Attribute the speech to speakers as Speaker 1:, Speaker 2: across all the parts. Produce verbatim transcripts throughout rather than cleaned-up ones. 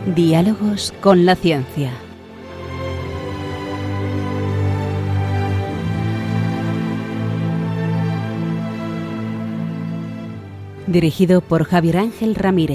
Speaker 1: Diálogos con la ciencia. Dirigido por Javier Ángel Ramírez.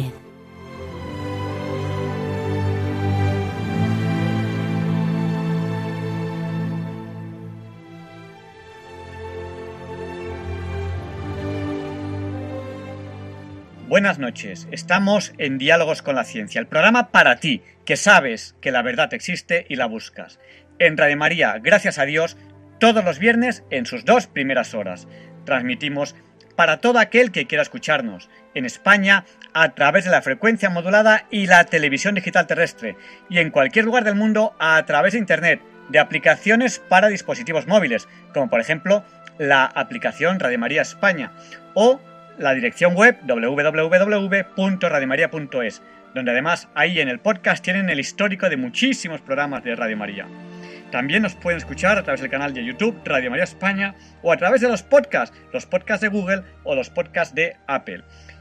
Speaker 2: Buenas noches, estamos en Diálogos con la Ciencia, el programa para ti, que sabes que la verdad existe y la buscas. En Radio María, gracias a Dios, todos los viernes en sus dos primeras horas. Transmitimos para todo aquel que quiera escucharnos, en España, a través de la frecuencia modulada y la televisión digital terrestre, y en cualquier lugar del mundo a través de Internet, de aplicaciones para dispositivos móviles, como por ejemplo la aplicación Radio María España, o la dirección web doble u doble u doble u punto radio maría punto es, donde además ahí en el podcast tienen el histórico de muchísimos programas de Radio María. También nos pueden escuchar a través del canal de YouTube Radio María España o a través de los podcasts, los podcasts de Google o los podcasts de Apple.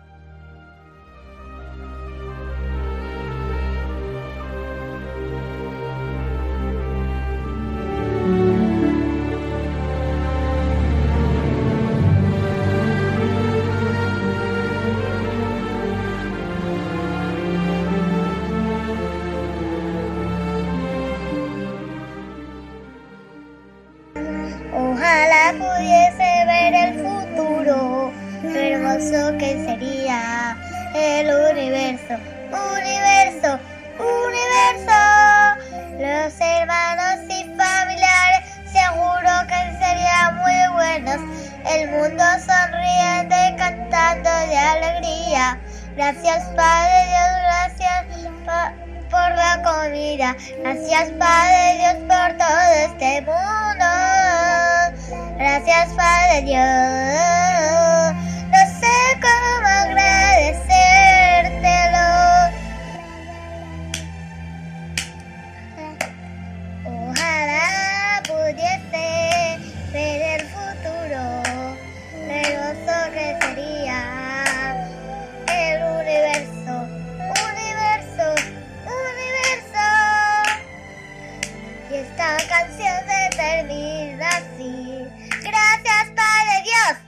Speaker 3: Ojalá pudiese ver el futuro, lo hermoso que sería el universo, universo, universo. Los hermanos y familiares seguro que serían muy buenos. El mundo sonriente cantando de alegría. Gracias Padre Dios, gracias pa- por la comida. Gracias Padre Dios por todo este mundo. Gracias Padre Dios, no sé cómo agradecértelo. Ojalá pudiese ver el futuro, lo hermoso que sería el universo, universo, universo. Y esta canción se termina así. Gracias, Padre Dios.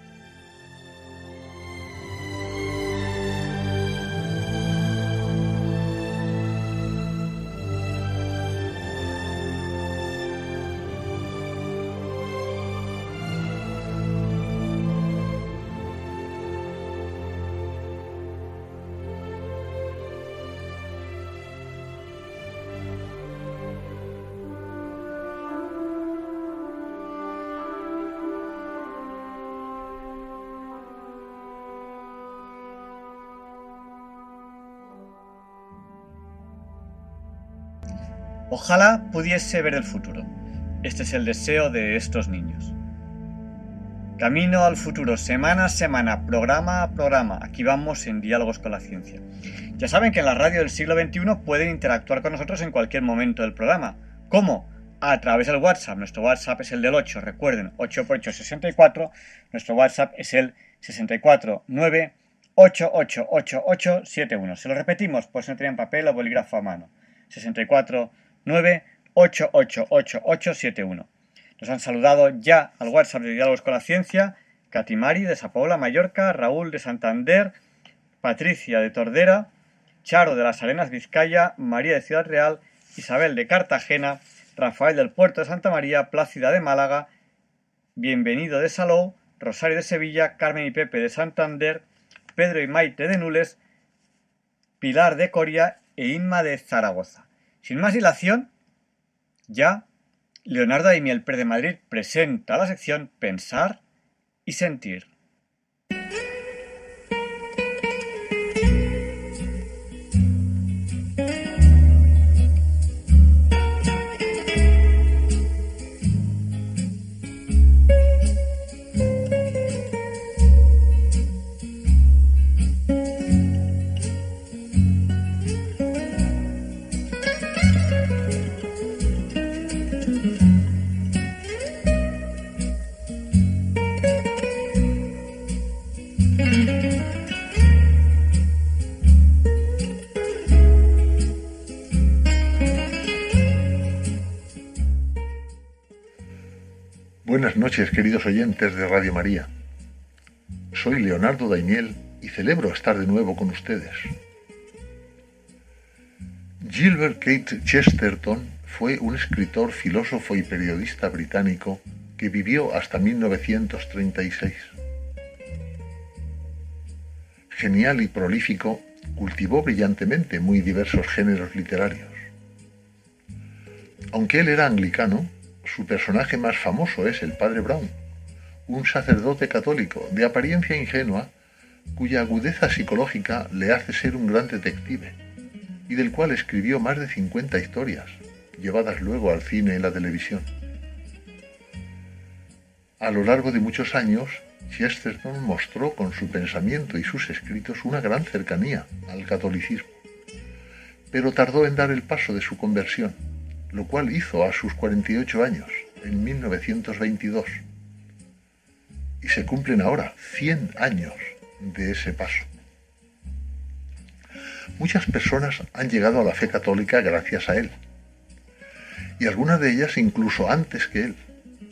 Speaker 2: Ojalá pudiese ver el futuro. Este es el deseo de estos niños. Camino al futuro, semana a semana, programa a programa. Aquí vamos en Diálogos con la Ciencia. Ya saben que en la radio del siglo veintiuno pueden interactuar con nosotros en cualquier momento del programa. ¿Cómo? A través del WhatsApp. Nuestro WhatsApp es el del ocho, recuerden, ocho por ocho, sesenta y cuatro. Nuestro WhatsApp es el sesenta y cuatro nueve ocho ocho ocho ocho siete uno. Se lo repetimos por si no tenían papel o bolígrafo a mano. sesenta y cuatro nueve ocho ocho ocho ocho siete uno. Nos han saludado ya al WhatsApp de Diálogos con la Ciencia Katimari de Sa Pobla, Mallorca, Raúl de Santander, Patricia de Tordera, Charo de las Arenas, Vizcaya, María de Ciudad Real, Isabel de Cartagena, Rafael del Puerto de Santa María, Plácida de Málaga, Bienvenido de Salou, Rosario de Sevilla, Carmen y Pepe de Santander, Pedro y Maite de Nules, Pilar de Coria e Inma de Zaragoza. Sin más dilación, ya Leonardo Daimiel Pérez de Madrid presenta la sección Pensar y Sentir.
Speaker 4: noches, queridos oyentes de Radio María. Soy Leonardo Daimiel y celebro estar de nuevo con ustedes. Gilbert Keith Chesterton fue un escritor, filósofo y periodista británico que vivió hasta mil novecientos treinta y seis. Genial y prolífico, cultivó brillantemente muy diversos géneros literarios. Aunque él era anglicano, su personaje más famoso es el Padre Brown, un sacerdote católico de apariencia ingenua, cuya agudeza psicológica le hace ser un gran detective, y del cual escribió más de cincuenta historias, llevadas luego al cine y la televisión. A lo largo de muchos años, Chesterton mostró con su pensamiento y sus escritos una gran cercanía al catolicismo, pero tardó en dar el paso de su conversión, lo cual hizo a sus cuarenta y ocho años, en mil novecientos veintidós. Y se cumplen ahora cien años de ese paso. Muchas personas han llegado a la fe católica gracias a él, y algunas de ellas incluso antes que él.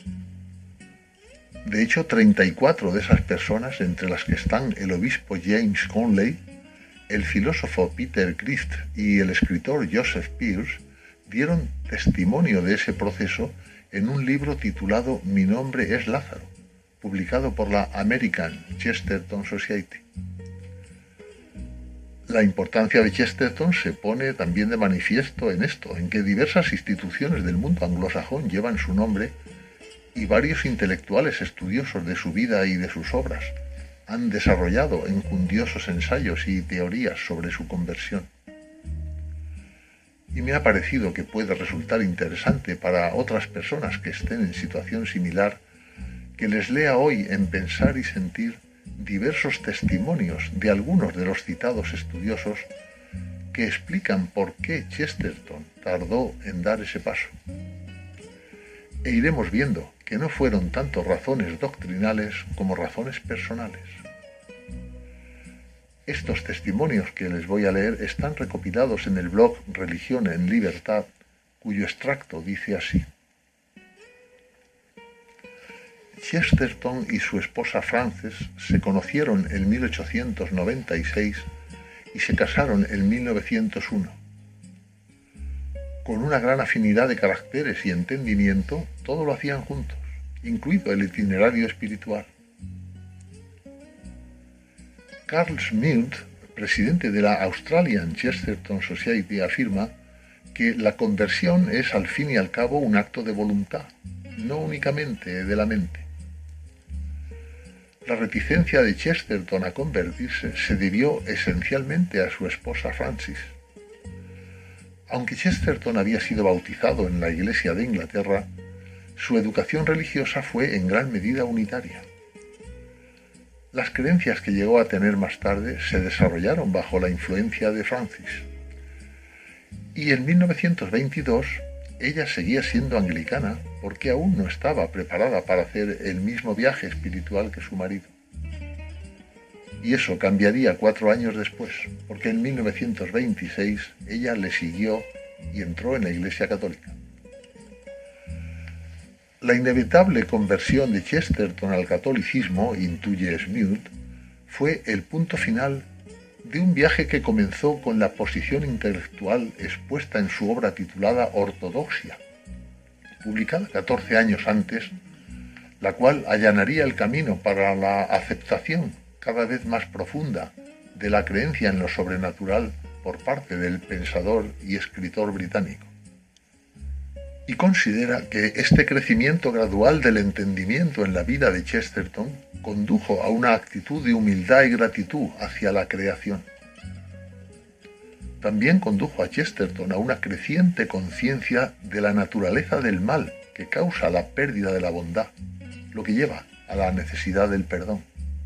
Speaker 4: De hecho, treinta y cuatro de esas personas, entre las que están el obispo James Conley, el filósofo Peter Christ y el escritor Joseph Pearce, dieron testimonio de ese proceso en un libro titulado Mi nombre es Lázaro, publicado por la American Chesterton Society. La importancia de Chesterton se pone también de manifiesto en esto, en que diversas instituciones del mundo anglosajón llevan su nombre y varios intelectuales estudiosos de su vida y de sus obras han desarrollado enjundiosos ensayos y teorías sobre su conversión. Y me ha parecido que puede resultar interesante para otras personas que estén en situación similar que les lea hoy en Pensar y Sentir diversos testimonios de algunos de los citados estudiosos que explican por qué Chesterton tardó en dar ese paso. E iremos viendo que no fueron tanto razones doctrinales como razones personales. Estos testimonios que les voy a leer están recopilados en el blog Religión en Libertad, cuyo extracto dice así. Chesterton y su esposa Frances se conocieron en mil ochocientos noventa y seis y se casaron en mil novecientos uno. Con una gran afinidad de caracteres y entendimiento, todo lo hacían juntos, incluido el itinerario espiritual. Carl Schmidt, presidente de la Australian Chesterton Society, afirma que la conversión es al fin y al cabo un acto de voluntad, no únicamente de la mente. La reticencia de Chesterton a convertirse se debió esencialmente a su esposa Frances. Aunque Chesterton había sido bautizado en la Iglesia de Inglaterra, su educación religiosa fue en gran medida unitaria. Las creencias que llegó a tener más tarde se desarrollaron bajo la influencia de Frances. Y en mil novecientos veintidós ella seguía siendo anglicana porque aún no estaba preparada para hacer el mismo viaje espiritual que su marido. Y eso cambiaría cuatro años después, porque en mil novecientos veintiséis ella le siguió y entró en la Iglesia Católica. La inevitable conversión de Chesterton al catolicismo, intuye Schmidt, fue el punto final de un viaje que comenzó con la posición intelectual expuesta en su obra titulada Ortodoxia, publicada catorce años antes, la cual allanaría el camino para la aceptación cada vez más profunda de la creencia en lo sobrenatural por parte del pensador y escritor británico. Y considera que este crecimiento gradual del entendimiento en la vida de Chesterton condujo a una actitud de humildad y gratitud hacia la creación. También condujo a Chesterton a una creciente conciencia de la naturaleza del mal que causa la pérdida de la bondad, lo que lleva a la necesidad del perdón.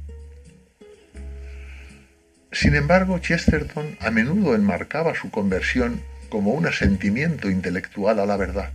Speaker 4: Sin embargo, Chesterton a menudo enmarcaba su conversión como un asentimiento intelectual a la verdad.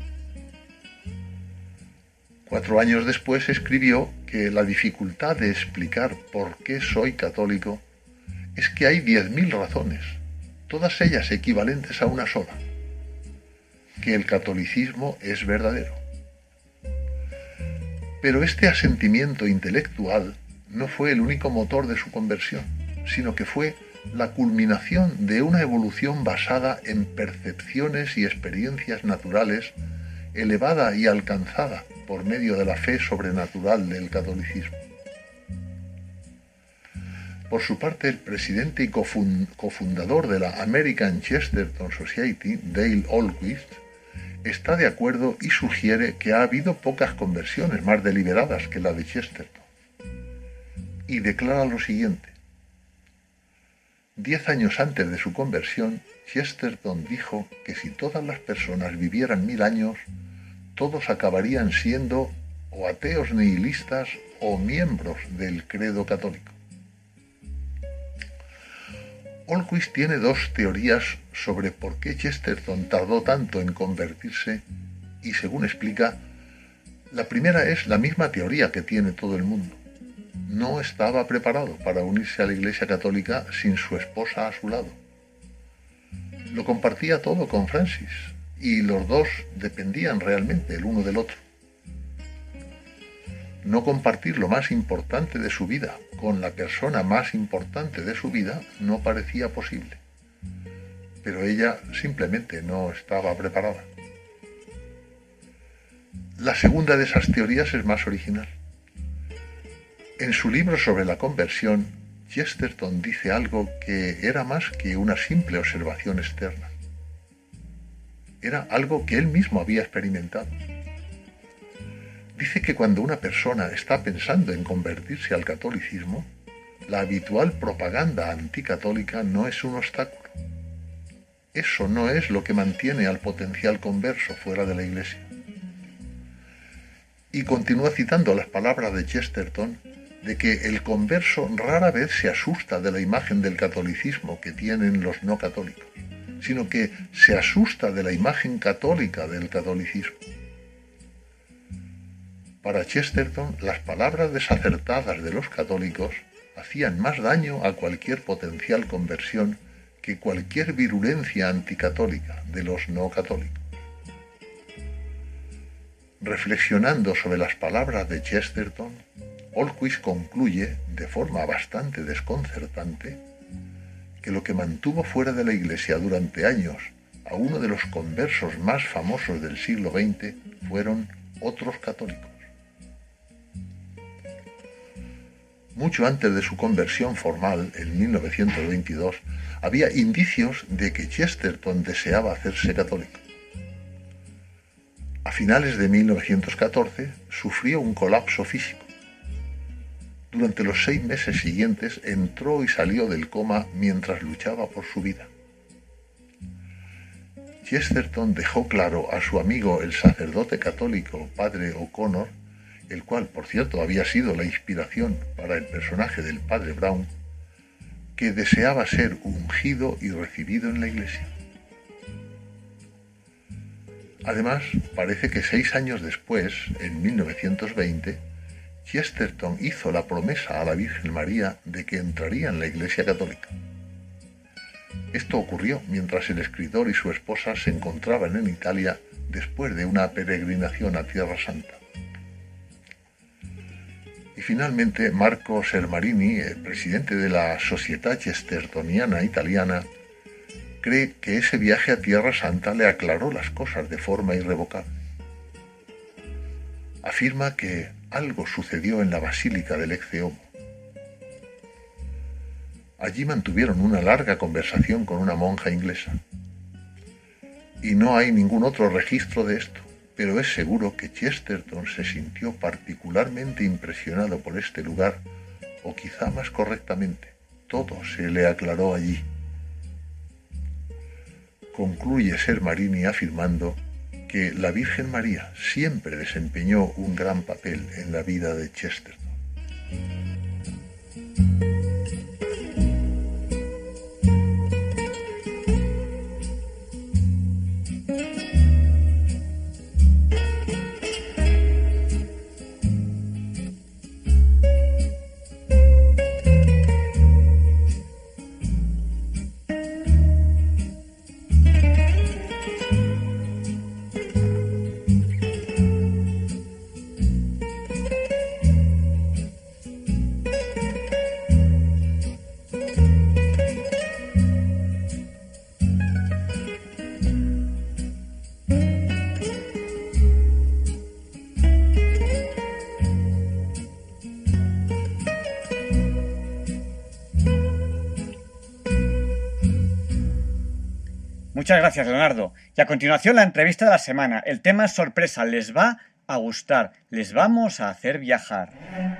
Speaker 4: Cuatro años después escribió que la dificultad de explicar por qué soy católico es que hay diez mil razones, todas ellas equivalentes a una sola, que el catolicismo es verdadero. Pero este asentimiento intelectual no fue el único motor de su conversión, sino que fue la culminación de una evolución basada en percepciones y experiencias naturales elevada y alcanzada por medio de la fe sobrenatural del catolicismo. Por su parte, el presidente y cofundador de la American Chesterton Society, Dale Ahlquist, está de acuerdo y sugiere que ha habido pocas conversiones más deliberadas que la de Chesterton. Y declara lo siguiente: Diez años antes de su conversión, Chesterton dijo que si todas las personas vivieran mil años, todos acabarían siendo o ateos nihilistas o miembros del credo católico. Ahlquist tiene dos teorías sobre por qué Chesterton tardó tanto en convertirse y, según explica, la primera es la misma teoría que tiene todo el mundo. No estaba preparado para unirse a la Iglesia Católica sin su esposa a su lado. Lo compartía todo con Francis y los dos dependían realmente el uno del otro. No compartir lo más importante de su vida con la persona más importante de su vida no parecía posible, pero ella simplemente no estaba preparada. La segunda de esas teorías es más original. En su libro sobre la conversión, Chesterton dice algo que era más que una simple observación externa. Era algo que él mismo había experimentado. Dice que cuando una persona está pensando en convertirse al catolicismo, la habitual propaganda anticatólica no es un obstáculo. Eso no es lo que mantiene al potencial converso fuera de la Iglesia. Y continúa citando las palabras de Chesterton de que el converso rara vez se asusta de la imagen del catolicismo que tienen los no católicos, sino que se asusta de la imagen católica del catolicismo. Para Chesterton, las palabras desacertadas de los católicos hacían más daño a cualquier potencial conversión que cualquier virulencia anticatólica de los no católicos. Reflexionando sobre las palabras de Chesterton, Ahlquist concluye, de forma bastante desconcertante, que lo que mantuvo fuera de la Iglesia durante años a uno de los conversos más famosos del siglo veinte fueron otros católicos. Mucho antes de su conversión formal, en mil novecientos veintidós, había indicios de que Chesterton deseaba hacerse católico. A finales de mil novecientos catorce, sufrió un colapso físico. Durante los seis meses siguientes entró y salió del coma mientras luchaba por su vida. Chesterton dejó claro a su amigo el sacerdote católico Padre O'Connor, el cual, por cierto, había sido la inspiración para el personaje del Padre Brown, que deseaba ser ungido y recibido en la Iglesia. Además, parece que seis años después, en mil novecientos veinte, Chesterton hizo la promesa a la Virgen María de que entraría en la Iglesia Católica. Esto ocurrió mientras el escritor y su esposa se encontraban en Italia después de una peregrinación a Tierra Santa. Y finalmente, Marco Sermarini, el presidente de la Società Chestertoniana Italiana, cree que ese viaje a Tierra Santa le aclaró las cosas de forma irrevocable. Afirma que algo sucedió en la Basílica del Ecce Homo. Allí mantuvieron una larga conversación con una monja inglesa. Y no hay ningún otro registro de esto, pero es seguro que Chesterton se sintió particularmente impresionado por este lugar, o quizá más correctamente, todo se le aclaró allí. Concluye Sermarini afirmando que la Virgen María siempre desempeñó un gran papel en la vida de Chesterton.
Speaker 2: Muchas gracias, Leonardo. Y a continuación la entrevista de la semana. El tema es sorpresa. Les va a gustar. Les vamos a hacer viajar.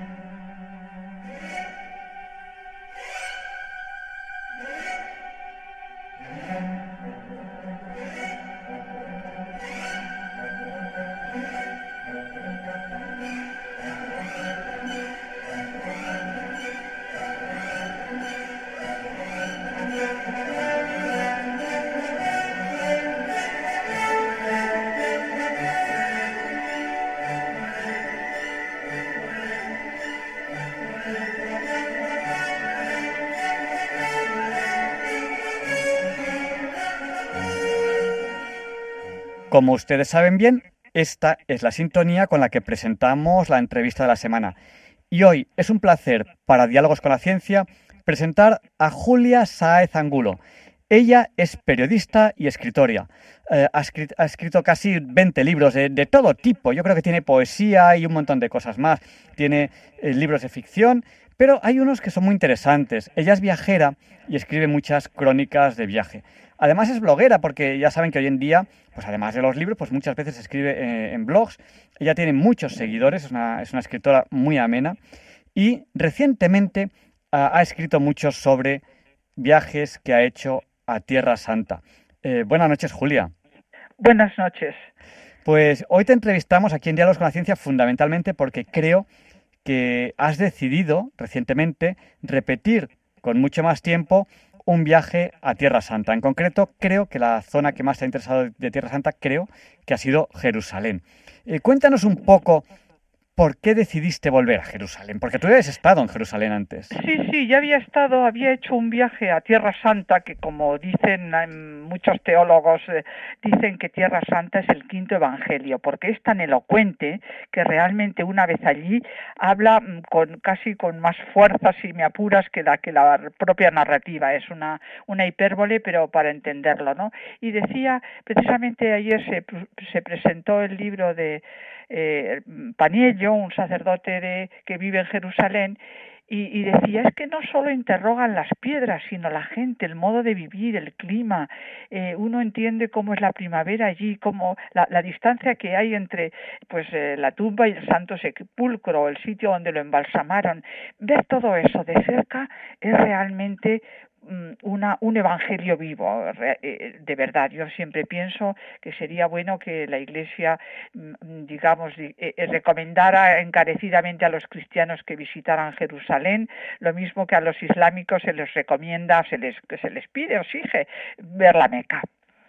Speaker 2: Como ustedes saben bien, esta es la sintonía con la que presentamos la entrevista de la semana. Y hoy es un placer para Diálogos con la Ciencia presentar a Julia Sáez Angulo. Ella es periodista y escritora. Eh, ha, escrito, ha escrito casi veinte libros de, de todo tipo. Yo creo que tiene poesía y un montón de cosas más. Tiene eh, libros de ficción, pero hay unos que son muy interesantes. Ella es viajera y escribe muchas crónicas de viaje. Además es bloguera, porque ya saben que hoy en día, pues además de los libros, pues muchas veces escribe eh, en blogs. Ella tiene muchos seguidores, es una, es una escritora muy amena y recientemente uh, ha escrito mucho sobre viajes que ha hecho a Tierra Santa. Eh, buenas noches, Julia.
Speaker 5: Buenas noches.
Speaker 2: Pues hoy te entrevistamos aquí en Diálogos con la Ciencia fundamentalmente porque creo que has decidido recientemente repetir con mucho más tiempo un viaje a Tierra Santa. En concreto, creo que la zona que más te ha interesado de Tierra Santa, creo que ha sido Jerusalén. Eh, cuéntanos un poco por qué decidiste volver a Jerusalén, porque tú habías estado en Jerusalén antes.
Speaker 5: Sí, sí, ya había estado, había hecho un viaje a Tierra Santa, que como dicen muchos teólogos, eh, dicen que Tierra Santa es el quinto evangelio, porque es tan elocuente que realmente una vez allí habla con casi con más fuerza, si me apuras, que la que la propia narrativa. Es una, una hipérbole, pero para entenderlo, ¿no? Y decía, precisamente ayer se, se presentó el libro de eh, Paniello, un sacerdote de, que vive en Jerusalén, y, y decía, es que no solo interrogan las piedras, sino la gente, el modo de vivir, el clima. Eh, uno entiende cómo es la primavera allí, cómo la, la distancia que hay entre pues eh, la tumba y el Santo Sepulcro, el sitio donde lo embalsamaron. Ver todo eso de cerca es realmente Una, un evangelio vivo, de verdad. Yo siempre pienso que sería bueno que la Iglesia, digamos, recomendara encarecidamente a los cristianos que visitaran Jerusalén, lo mismo que a los islámicos se les recomienda, se les, que se les pide, exige ver la Meca.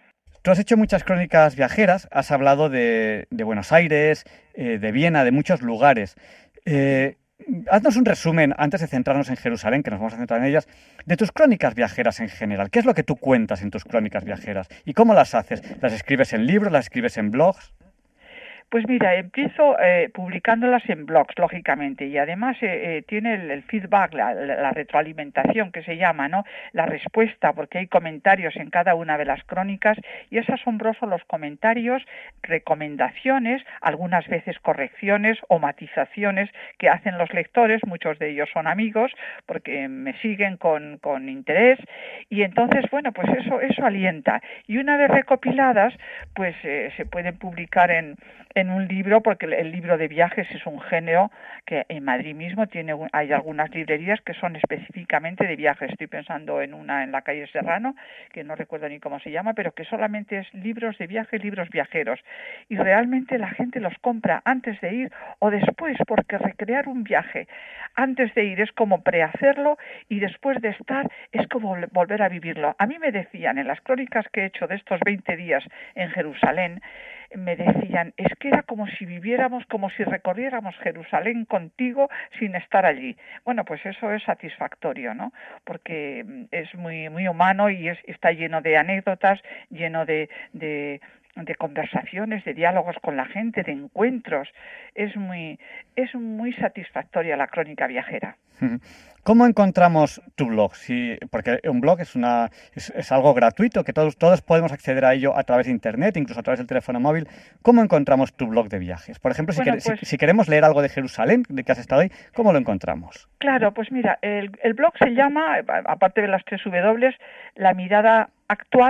Speaker 2: Tú has hecho muchas crónicas viajeras, has hablado de, de Buenos Aires, eh, de Viena, de muchos lugares. Eh, Haznos un resumen, antes de centrarnos en Jerusalén, que nos vamos a centrar en ellas, de tus crónicas viajeras en general. ¿Qué es lo que tú cuentas en tus crónicas viajeras? ¿Y cómo las haces? ¿Las escribes en libros? ¿Las escribes en blogs?
Speaker 5: Pues mira, empiezo eh, publicándolas en blogs, lógicamente, y además eh, eh, tiene el, el feedback, la, la retroalimentación que se llama, ¿no? La respuesta, porque hay comentarios en cada una de las crónicas, y es asombroso los comentarios, recomendaciones, algunas veces correcciones o matizaciones que hacen los lectores. Muchos de ellos son amigos, porque me siguen con, con interés, y entonces, bueno, pues eso, eso alienta. Y una vez recopiladas, pues eh, se pueden publicar en en un libro, porque el libro de viajes es un género que en Madrid mismo tiene hay algunas librerías que son específicamente de viajes. Estoy pensando en una en la calle Serrano, que no recuerdo ni cómo se llama, pero que solamente es libros de viajes, libros viajeros. Y realmente la gente los compra antes de ir o después, porque recrear un viaje antes de ir es como prehacerlo y después de estar es como volver a vivirlo. A mí me decían en las crónicas que he hecho de estos veinte días en Jerusalén, me decían, es que era como si viviéramos, como si recorriéramos Jerusalén contigo sin estar allí. Bueno, pues eso es satisfactorio, ¿no? Porque es muy muy humano y es, está lleno de anécdotas, lleno de, de de conversaciones, de diálogos con la gente, de encuentros. Es muy es muy satisfactoria la crónica viajera.
Speaker 2: ¿Cómo encontramos tu blog? Sí, porque un blog es una es, es algo gratuito, que todos todos podemos acceder a ello a través de internet, incluso a través del teléfono móvil. ¿Cómo encontramos tu blog de viajes? Por ejemplo, si,
Speaker 5: bueno,
Speaker 2: que,
Speaker 5: pues,
Speaker 2: si, si queremos leer algo de Jerusalén, de que has estado ahí, ¿cómo lo encontramos?
Speaker 5: Claro, pues mira, el, el blog se llama, aparte de las tres W, La Mirada Actual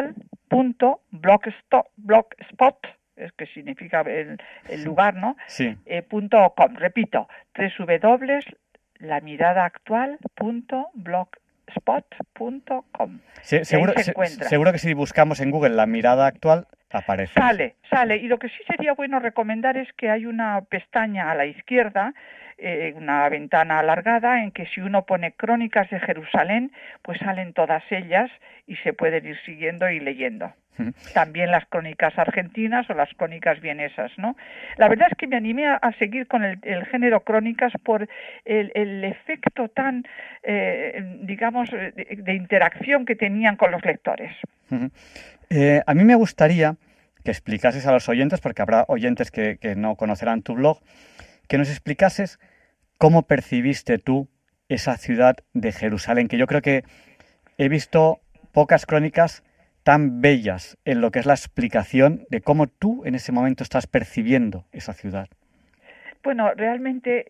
Speaker 5: punto blogspot, blogspot es que significa el, el lugar, ¿no?
Speaker 2: Sí.
Speaker 5: Eh, punto com. Repito, w w w punto la mirada actual punto blogspot punto com.
Speaker 2: Sí, seguro, se se, seguro que si buscamos en Google La Mirada Actual, aparece.
Speaker 5: Sale, sale. Y lo que sí sería bueno recomendar es que hay una pestaña a la izquierda, eh, una ventana alargada, en que si uno pone Crónicas de Jerusalén, pues salen todas ellas y se pueden ir siguiendo y leyendo. También las crónicas argentinas o las crónicas vienesas, ¿no? La verdad es que me animé a, a seguir con el, el género crónicas por el, el efecto tan, eh, digamos, de, de interacción que tenían con los lectores.
Speaker 2: Uh-huh. eh, a mí me gustaría que explicases a los oyentes, porque habrá oyentes que, que no conocerán tu blog, que nos explicases cómo percibiste tú esa ciudad de Jerusalén, que yo creo que he visto pocas crónicas tan bellas en lo que es la explicación de cómo tú en ese momento estás percibiendo esa ciudad.
Speaker 5: Bueno, realmente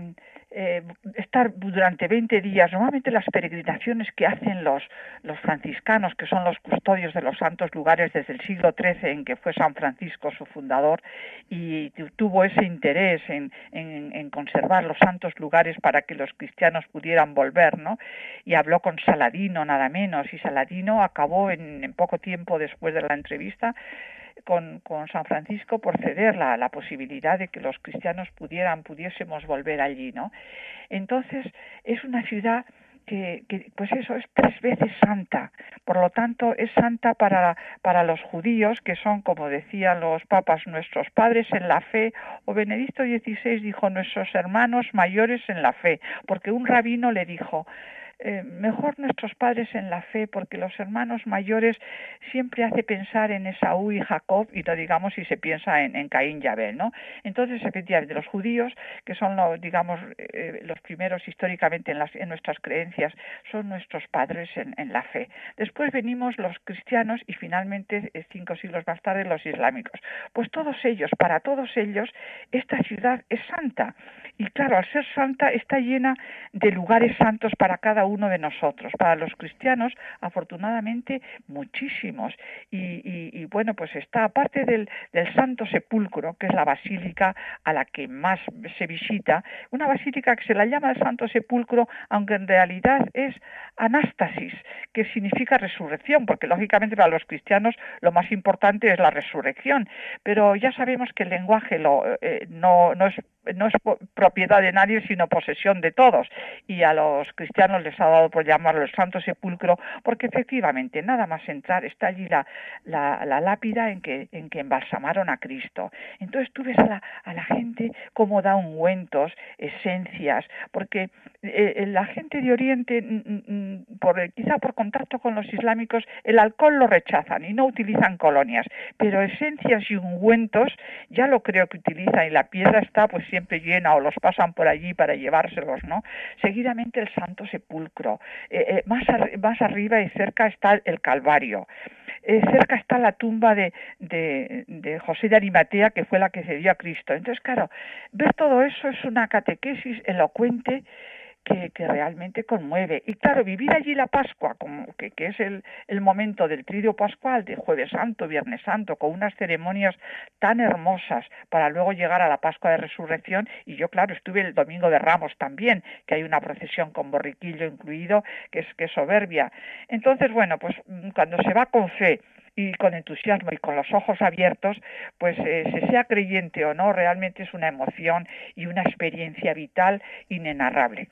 Speaker 5: eh, estar durante veinte días, normalmente las peregrinaciones que hacen los, los franciscanos, que son los custodios de los santos lugares desde el siglo trece, en que fue San Francisco su fundador, y tuvo ese interés en, en, en conservar los santos lugares para que los cristianos pudieran volver, ¿no? Y habló con Saladino, nada menos, y Saladino acabó en, en poco tiempo después de la entrevista Con, con San Francisco por ceder la, la posibilidad de que los cristianos pudieran, pudiésemos volver allí, ¿no? Entonces, es una ciudad que, que pues eso, es tres veces santa. Por lo tanto, es santa para, para los judíos, que son, como decían los papas, nuestros padres en la fe, o Benedicto dieciséis dijo, nuestros hermanos mayores en la fe, porque un rabino le dijo, Eh, mejor nuestros padres en la fe, porque los hermanos mayores siempre hace pensar en Esaú y Jacob, y no digamos si se piensa en, en Caín y Abel, ¿no? Entonces, efectivamente, los judíos, que son los, digamos, eh, los primeros históricamente en, las, en nuestras creencias, son nuestros padres en, en la fe. Después venimos los cristianos y finalmente, cinco siglos más tarde, los islámicos. Pues todos ellos, para todos ellos, esta ciudad es santa. Y claro, al ser santa, está llena de lugares santos para cada uno de nosotros. Para los cristianos, afortunadamente, muchísimos. Y, y, y bueno, pues está, aparte del, del Santo Sepulcro, que es la basílica a la que más se visita, una basílica que se la llama el Santo Sepulcro, aunque en realidad es anástasis, que significa resurrección, porque lógicamente para los cristianos lo más importante es la resurrección. Pero ya sabemos que el lenguaje lo, eh, no, no es no es propiedad de nadie, sino posesión de todos, y a los cristianos les ha dado por llamarlo el Santo Sepulcro, porque efectivamente nada más entrar está allí la, la, la lápida en que, en que embalsamaron a Cristo. Entonces tú ves a la, a la gente cómo da ungüentos, esencias, porque eh, la gente de Oriente, por, quizá por contacto con los islámicos, el alcohol lo rechazan y no utilizan colonias, pero esencias y ungüentos ya lo creo que utilizan, y la piedra está pues siempre llena, o los pasan por allí para llevárselos, ¿no? Seguidamente el Santo Sepulcro, eh, eh, más, ar más arriba y cerca está el Calvario, eh, cerca está la tumba de, de, de José de Arimatea, que fue la que cedió a Cristo. Entonces, claro, ver todo eso es una catequesis elocuente que, que realmente conmueve. Y claro, vivir allí la Pascua, como que, que es el, el momento del Triduo Pascual, de Jueves Santo, Viernes Santo, con unas ceremonias tan hermosas para luego llegar a la Pascua de Resurrección. Y yo, claro, estuve el Domingo de Ramos también, que hay una procesión con borriquillo incluido, que es, que es soberbia. Entonces, bueno, pues cuando se va con fe y con entusiasmo y con los ojos abiertos, pues eh, se sea creyente o no, realmente es una emoción y una experiencia vital inenarrable.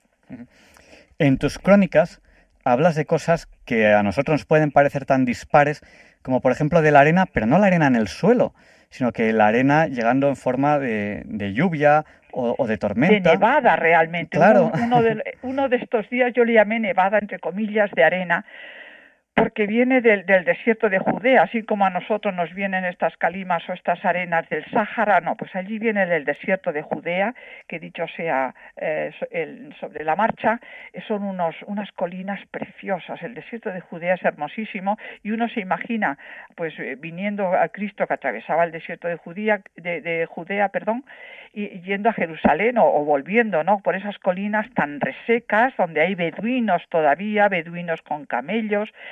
Speaker 2: En tus crónicas hablas de cosas que a nosotros nos pueden parecer tan dispares, como por ejemplo de la arena, pero no la arena en el suelo, sino que la arena llegando en forma de, de lluvia o, o de tormenta.
Speaker 5: De nevada realmente.
Speaker 2: Claro.
Speaker 5: Uno, uno, de, uno de estos días yo le llamé nevada, entre comillas, de arena, porque viene del, del desierto de Judea, así como a nosotros nos vienen estas calimas o estas arenas del Sáhara, no, pues allí viene del desierto de Judea, que dicho sea eh, el, sobre la marcha, son unos, unas colinas preciosas. El desierto de Judea es hermosísimo, y uno se imagina, pues viniendo a Cristo que atravesaba el desierto de Judea, de, de Judea, perdón, y yendo a Jerusalén o, o volviendo, ¿no?, por esas colinas tan resecas, donde hay beduinos todavía, beduinos con camellos.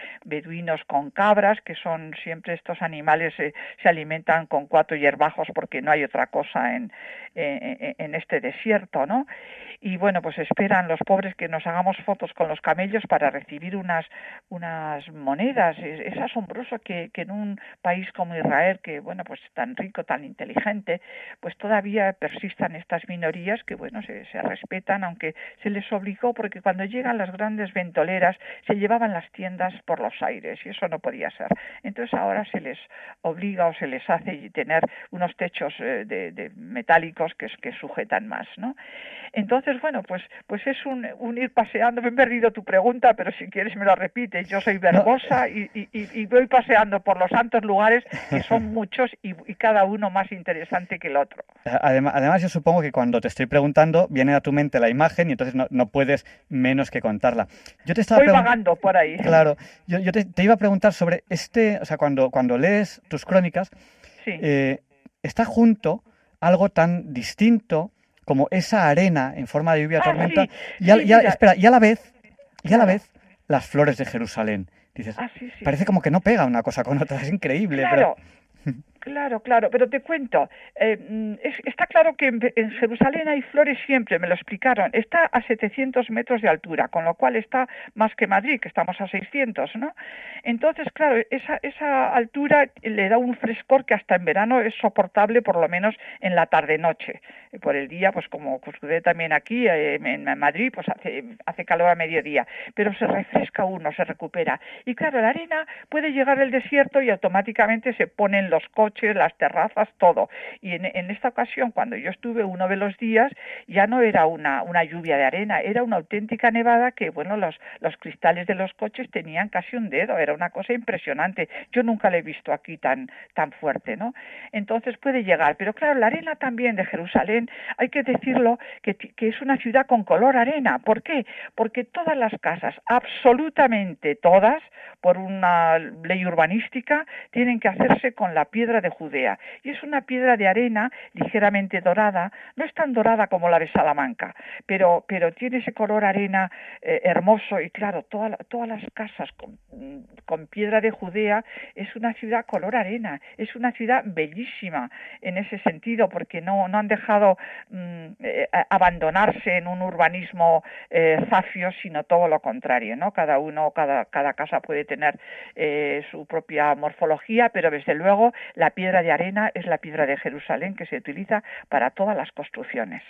Speaker 5: beduinos con cabras, que son siempre estos animales, eh, se alimentan con cuatro hierbajos porque no hay otra cosa en, en, en este desierto, ¿no? Y bueno, pues esperan los pobres que nos hagamos fotos con los camellos para recibir unas, unas monedas. Es, es asombroso que, que en un país como Israel, que bueno, pues tan rico, tan inteligente, pues todavía persistan estas minorías que bueno, se, se respetan, aunque se les obligó, porque cuando llegan las grandes ventoleras se llevaban las tiendas por los aires y eso no podía ser. Entonces ahora se les obliga o se les hace tener unos techos eh, de, de metálicos que, que sujetan más, ¿no? Entonces, bueno, pues pues es un, un ir paseando. Me he perdido tu pregunta, pero si quieres me la repites. Yo soy verbosa no. y, y, y voy paseando por los santos lugares, que son muchos y, y cada uno más interesante que el otro.
Speaker 2: Además, además, yo supongo que cuando te estoy preguntando viene a tu mente la imagen y entonces no, no puedes menos que contarla. Yo te estaba
Speaker 5: voy pregun- vagando por ahí.
Speaker 2: Claro, yo, yo te, te iba a preguntar sobre este, o sea, cuando, cuando lees tus crónicas,
Speaker 5: sí.
Speaker 2: eh, está junto algo tan distinto como esa arena en forma de lluvia
Speaker 5: ah,
Speaker 2: tormenta
Speaker 5: sí,
Speaker 2: y, a,
Speaker 5: sí,
Speaker 2: y, a, espera, y a la vez y a la
Speaker 5: claro.
Speaker 2: vez las flores de Jerusalén. Dices,
Speaker 5: ah, sí, sí.
Speaker 2: parece como que no pega una cosa con otra, es increíble.
Speaker 5: Claro.
Speaker 2: Pero...
Speaker 5: Claro, claro, pero te cuento, eh, es, está claro que en, en Jerusalén hay flores siempre, me lo explicaron, está a setecientos metros de altura, con lo cual está más que Madrid, que estamos a seiscientos, ¿no? Entonces, claro, esa, esa altura le da un frescor que hasta en verano es soportable, por lo menos en la tarde-noche. Por el día, pues como sucede también aquí eh, en Madrid, pues hace, hace calor a mediodía, pero se refresca uno, se recupera. Y claro, la arena puede llegar al desierto y automáticamente se ponen los coches, las terrazas, todo. Y en, en esta ocasión, cuando yo estuve uno de los días, ya no era una, una lluvia de arena, era una auténtica nevada que, bueno, los, los cristales de los coches tenían casi un dedo, era una cosa impresionante. Yo nunca la he visto aquí tan, tan fuerte, ¿no? Entonces puede llegar, pero claro, la arena también de Jerusalén, hay que decirlo, que, que es una ciudad con color arena. ¿Por qué? Porque todas las casas, absolutamente todas, por una ley urbanística, tienen que hacerse con la piedra de Judea. Y es una piedra de arena ligeramente dorada, no es tan dorada como la de Salamanca, pero, pero tiene ese color arena eh, hermoso. Y claro, toda, todas las casas con, con piedra de Judea, es una ciudad color arena, es una ciudad bellísima en ese sentido, porque no, no han dejado mm, eh, abandonarse en un urbanismo eh, zafio, sino todo lo contrario, ¿no? Cada uno, cada, cada casa puede tener eh, su propia morfología, pero desde luego la piedra de arena es la piedra de Jerusalén que se utiliza para todas las construcciones.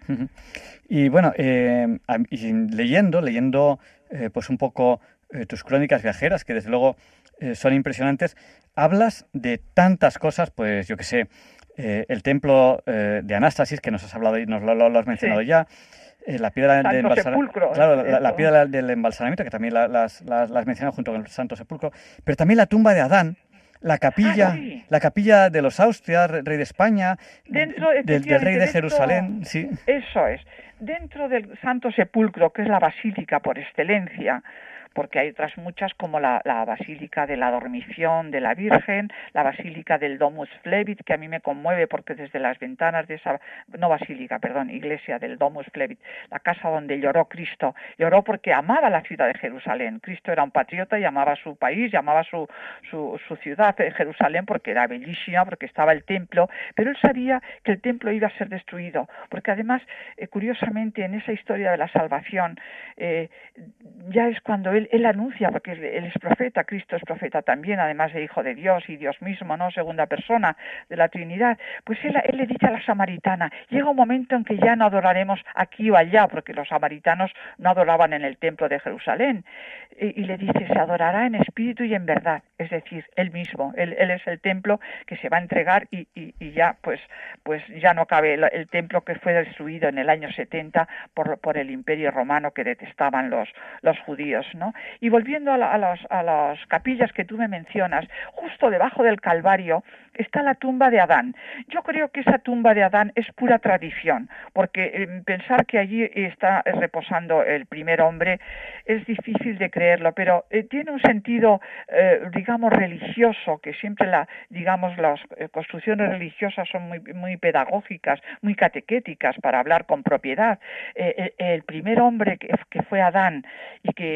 Speaker 2: Y bueno, eh, y leyendo, leyendo eh, pues un poco eh, tus crónicas viajeras, que desde luego eh, son impresionantes, hablas de tantas cosas, pues yo que sé, eh, el templo eh, de Anástasis, que nos has hablado y nos lo, lo, lo has mencionado sí. ya, eh, la piedra del embalsamamiento, claro, la, la piedra del embalsamamiento, que también la, las, las, las mencionado junto con el Santo Sepulcro, pero también la tumba de Adán, la capilla, ah, sí. la capilla de los Austrias, rey de España,
Speaker 5: dentro,
Speaker 2: del, del rey de
Speaker 5: dentro,
Speaker 2: Jerusalén, sí.
Speaker 5: Eso es. Dentro del Santo Sepulcro, que es la basílica por excelencia, porque hay otras muchas como la, la Basílica de la Dormición de la Virgen, la Basílica del Domus Flevit, que a mí me conmueve porque desde las ventanas de esa, no basílica, perdón, iglesia del Domus Flevit, la casa donde lloró Cristo, lloró porque amaba la ciudad de Jerusalén. Cristo era un patriota y amaba su país, y amaba su, su, su ciudad de Jerusalén porque era bellísima, porque estaba el templo, pero él sabía que el templo iba a ser destruido, porque además, eh, curiosamente, en esa historia de la salvación, eh, ya es cuando él Él anuncia, porque él es profeta, Cristo es profeta también, además de hijo de Dios y Dios mismo, ¿no? Segunda persona de la Trinidad. Pues él, él le dice a la samaritana, llega un momento en que ya no adoraremos aquí o allá, porque los samaritanos no adoraban en el templo de Jerusalén. Y, y le dice, se adorará en espíritu y en verdad, es decir, él mismo, él, él es el templo que se va a entregar y, y, y ya, pues, pues ya no cabe el, el templo que fue destruido en el año setenta por, por el Imperio Romano que detestaban los, los judíos, ¿no? Y volviendo a, la, a, los, a las capillas que tú me mencionas, justo debajo del Calvario está la tumba de Adán. Yo creo que esa tumba de Adán es pura tradición, porque eh, pensar que allí está reposando el primer hombre es difícil de creerlo, pero eh, tiene un sentido, eh, digamos, religioso, que siempre, la, digamos, las eh, construcciones religiosas son muy, muy pedagógicas, muy catequéticas para hablar con propiedad. Eh, el, el primer hombre que, que fue Adán y que, que cayó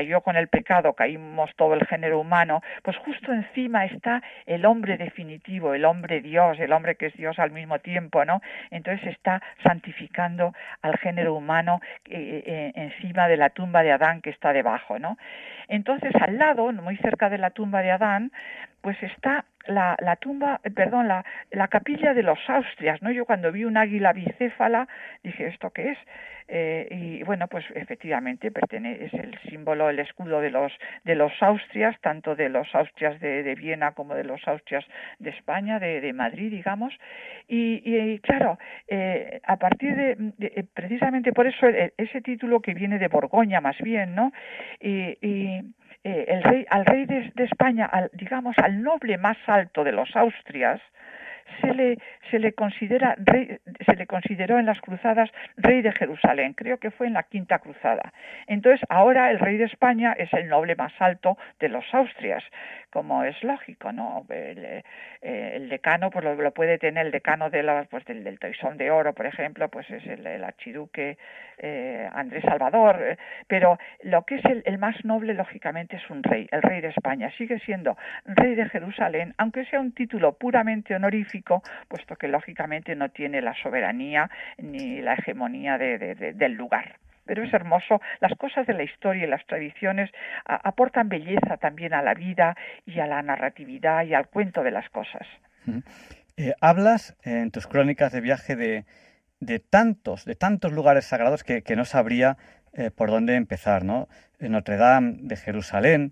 Speaker 5: cayó con el pecado, caímos todo el género humano, pues justo encima está el hombre definitivo, el hombre Dios, el hombre que es Dios al mismo tiempo, ¿no? Entonces está santificando al género humano eh, eh, encima de la tumba de Adán que está debajo, ¿no? Entonces al lado, muy cerca de la tumba de Adán, pues está la, la tumba, perdón, la, la capilla de los Austrias, ¿no? Yo cuando vi un águila bicéfala dije, ¿esto qué es? Eh, y bueno, pues efectivamente pertenece, es el símbolo, el escudo de los de los Austrias, tanto de los Austrias de, de Viena como de los Austrias de España, de, de Madrid, digamos. Y, y claro, eh, a partir de, de, precisamente por eso ese título que viene de Borgoña más bien, ¿no? Y, y eh, el rey, al rey de, de España, al, digamos al noble más alto de los Austrias, se le se le considera rey, se le consideró en las cruzadas rey de Jerusalén, creo que fue en la quinta cruzada. Entonces ahora el rey de España es el noble más alto de los Austrias, como es lógico, ¿no? El, el decano pues lo, lo puede tener el decano de la, pues del, del Toisón de Oro, por ejemplo, pues es el, el archiduque eh, Andrés Salvador, pero lo que es el, el más noble lógicamente es un rey, el rey de España, sigue siendo rey de Jerusalén, aunque sea un título puramente honorífico, puesto que lógicamente no tiene la soberanía ni la hegemonía de, de, de, del lugar. Pero es hermoso, las cosas de la historia y las tradiciones a, aportan belleza también a la vida y a la narratividad y al cuento de las cosas.
Speaker 2: Uh-huh. Eh, hablas en tus crónicas de viaje de, de tantos, de tantos lugares sagrados que, que no sabría eh, por dónde empezar, ¿no? Notre Dame de Jerusalén.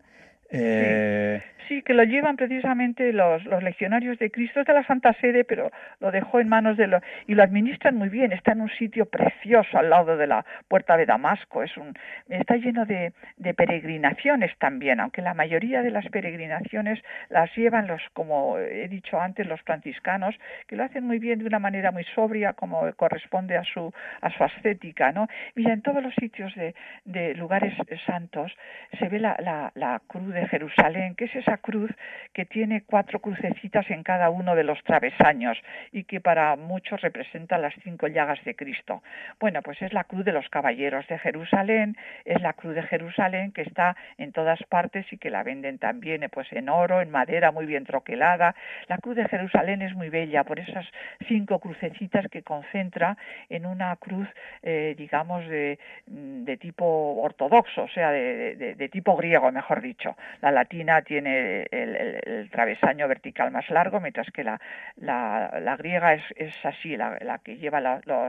Speaker 2: Eh...
Speaker 5: Sí. Sí, que lo llevan precisamente los, los legionarios de Cristo, es de la Santa Sede, pero lo dejó en manos de los... y lo administran muy bien, está en un sitio precioso al lado de la puerta de Damasco, es un está lleno de, de peregrinaciones también, aunque la mayoría de las peregrinaciones las llevan los, como he dicho antes, los franciscanos, que lo hacen muy bien de una manera muy sobria, como corresponde a su a su ascética, ¿no? Mira, en todos los sitios de, de lugares santos se ve la, la, la cruz de Jerusalén, que es esa cruz que tiene cuatro crucecitas en cada uno de los travesaños y que para muchos representa las cinco llagas de Cristo. Bueno, pues es la cruz de los caballeros de Jerusalén, es la cruz de Jerusalén que está en todas partes y que la venden también pues en oro, en madera muy bien troquelada. La cruz de Jerusalén es muy bella por esas cinco crucecitas que concentra en una cruz, eh, digamos, de, de tipo ortodoxo, o sea, de, de, de tipo griego, mejor dicho. La latina tiene El, el, el travesaño vertical más largo, mientras que la, la, la griega es, es así, la, la que lleva la, la,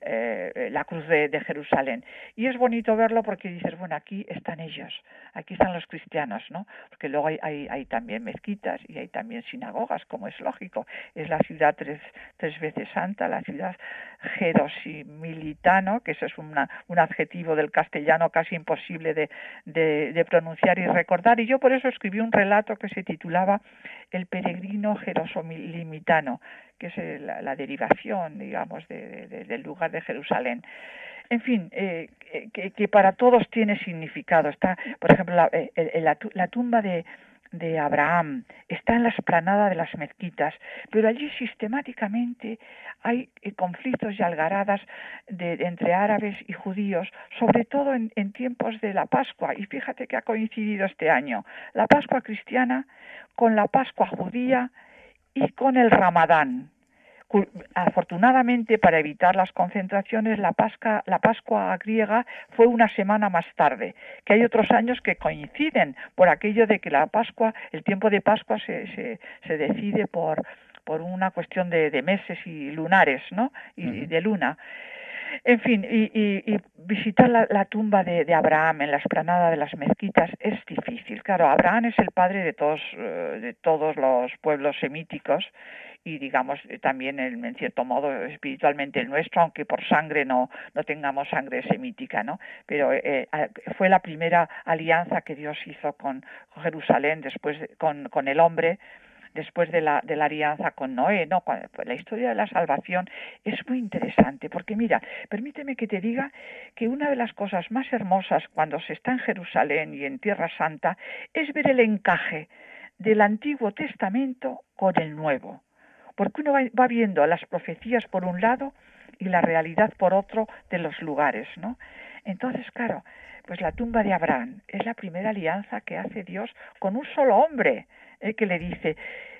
Speaker 5: eh, la cruz de, de Jerusalén. Y es bonito verlo porque dices, bueno, aquí están ellos, aquí están los cristianos, ¿no? Porque luego hay, hay, hay también mezquitas y hay también sinagogas, como es lógico. Es la ciudad tres, tres veces santa, la ciudad jerosimilitano, que eso es una, un adjetivo del castellano casi imposible de, de, de pronunciar y recordar. Y yo por eso escribí un relato que se titulaba El peregrino jerosolimitano, que es la, la derivación, digamos, de, de, del lugar de Jerusalén. En fin, eh, que, que para todos tiene significado. Está, por ejemplo, la, la, la tumba de de Abraham, está en la explanada de las mezquitas, pero allí sistemáticamente hay eh, conflictos y algaradas de, de, entre árabes y judíos, sobre todo en, en tiempos de la Pascua, y fíjate que ha coincidido este año la Pascua cristiana con la Pascua judía y con el Ramadán. Afortunadamente, para evitar las concentraciones, la Pascua, la Pascua griega fue una semana más tarde, que hay otros años que coinciden por aquello de que la Pascua, el tiempo de Pascua se, se, se decide por, por una cuestión de, de meses y lunares, ¿no? Y, uh-huh. y de luna. En fin, y, y, y visitar la, la tumba de, de Abraham en la explanada de las mezquitas es difícil. Claro, Abraham es el padre de todos, de todos los pueblos semíticos y digamos también en, en cierto modo espiritualmente el nuestro, aunque por sangre no, no tengamos sangre semítica, ¿no? Pero eh, fue la primera alianza que Dios hizo con Jerusalén, después con, con el hombre, después de la, de la alianza con Noé, ¿no? La historia de la salvación es muy interesante, porque mira, permíteme que te diga que una de las cosas más hermosas cuando se está en Jerusalén y en Tierra Santa es ver el encaje del Antiguo Testamento con el Nuevo, porque uno va, va viendo las profecías por un lado y la realidad por otro de los lugares, ¿no? Entonces, claro, Pues la tumba de Abraham es la primera alianza que hace Dios con un solo hombre, ¿eh? Que le dice,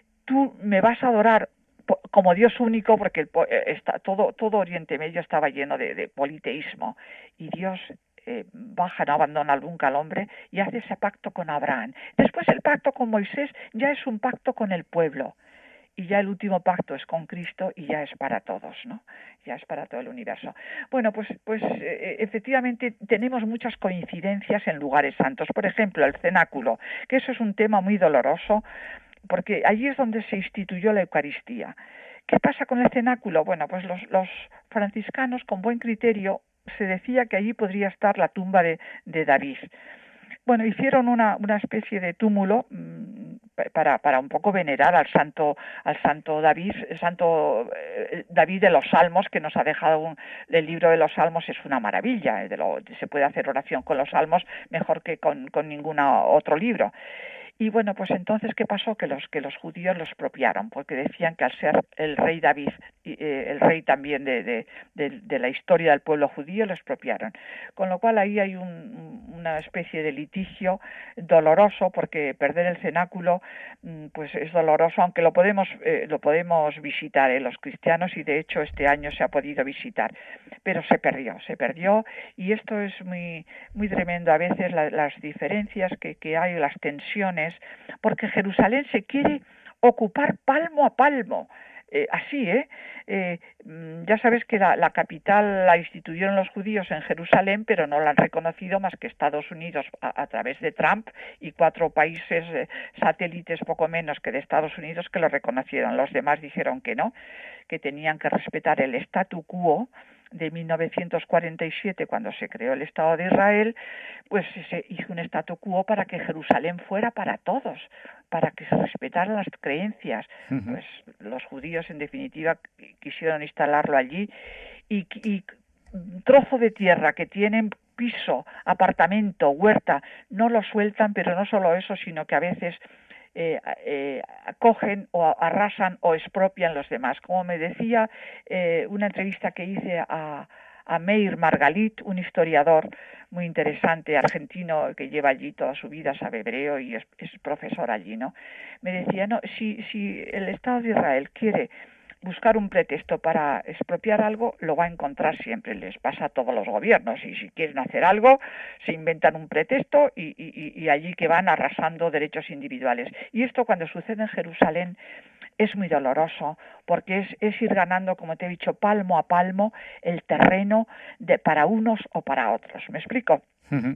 Speaker 5: tú me vas a adorar como Dios único, porque el, está, todo, todo Oriente Medio estaba lleno de, de politeísmo, y Dios eh, baja, no abandona nunca al hombre, y hace ese pacto con Abraham. Después el pacto con Moisés ya es un pacto con el pueblo, y ya el último pacto es con Cristo, y ya es para todos, ¿no? Ya es para todo el universo. Bueno, pues, pues eh, efectivamente tenemos muchas coincidencias en lugares santos. Por ejemplo, el cenáculo, que eso es un tema muy doloroso, porque allí es donde se instituyó la Eucaristía. ¿Qué pasa con el cenáculo? Bueno, pues los, los franciscanos, con buen criterio, se decía que allí podría estar la tumba de, de David. Bueno, hicieron una, una especie de túmulo mmm, para, para un poco venerar al santo, al santo David, el santo eh, David de los Salmos, que nos ha dejado un, el libro de los Salmos es una maravilla, de lo, se puede hacer oración con los Salmos mejor que con, con ningún otro libro. Y bueno, pues entonces, ¿qué pasó? Que los que los judíos los expropiaron, porque decían que al ser el rey David, eh, el rey también de, de, de, de la historia del pueblo judío, lo expropiaron. Con lo cual ahí hay un, una especie de litigio doloroso, porque perder el cenáculo pues es doloroso, aunque lo podemos eh, lo podemos visitar eh, los cristianos, y de hecho este año se ha podido visitar, pero se perdió, se perdió, y esto es muy muy tremendo a veces, la, las diferencias que, que hay, las tensiones, porque Jerusalén se quiere ocupar palmo a palmo. Eh, así, ¿eh? eh ya sabes que la, la capital la instituyeron los judíos en Jerusalén, pero no la han reconocido más que Estados Unidos a, a través de Trump y cuatro países eh, satélites poco menos que de Estados Unidos que lo reconocieron. Los demás dijeron que no, que tenían que respetar el statu quo de mil novecientos cuarenta y siete, cuando se creó el Estado de Israel, pues se hizo un statu quo para que Jerusalén fuera para todos, para que se respetaran las creencias. Uh-huh. Pues los judíos, en definitiva, quisieron instalarlo allí, y, y trozo de tierra que tienen piso, apartamento, huerta, no lo sueltan, pero no solo eso, sino que a veces Eh, eh, cogen o arrasan o expropian los demás. Como me decía eh, una entrevista que hice a, a Meir Margalit, un historiador muy interesante argentino que lleva allí toda su vida, sabe hebreo y es, es profesor allí, ¿no? Me decía, no, si, si el Estado de Israel quiere buscar un pretexto para expropiar algo, lo va a encontrar siempre, les pasa a todos los gobiernos, y si quieren hacer algo, se inventan un pretexto y, y, y allí que van arrasando derechos individuales. Y esto, cuando sucede en Jerusalén, es muy doloroso, porque es, es ir ganando, como te he dicho, palmo a palmo el terreno de, para unos o para otros. ¿Me explico?
Speaker 6: Uh-huh.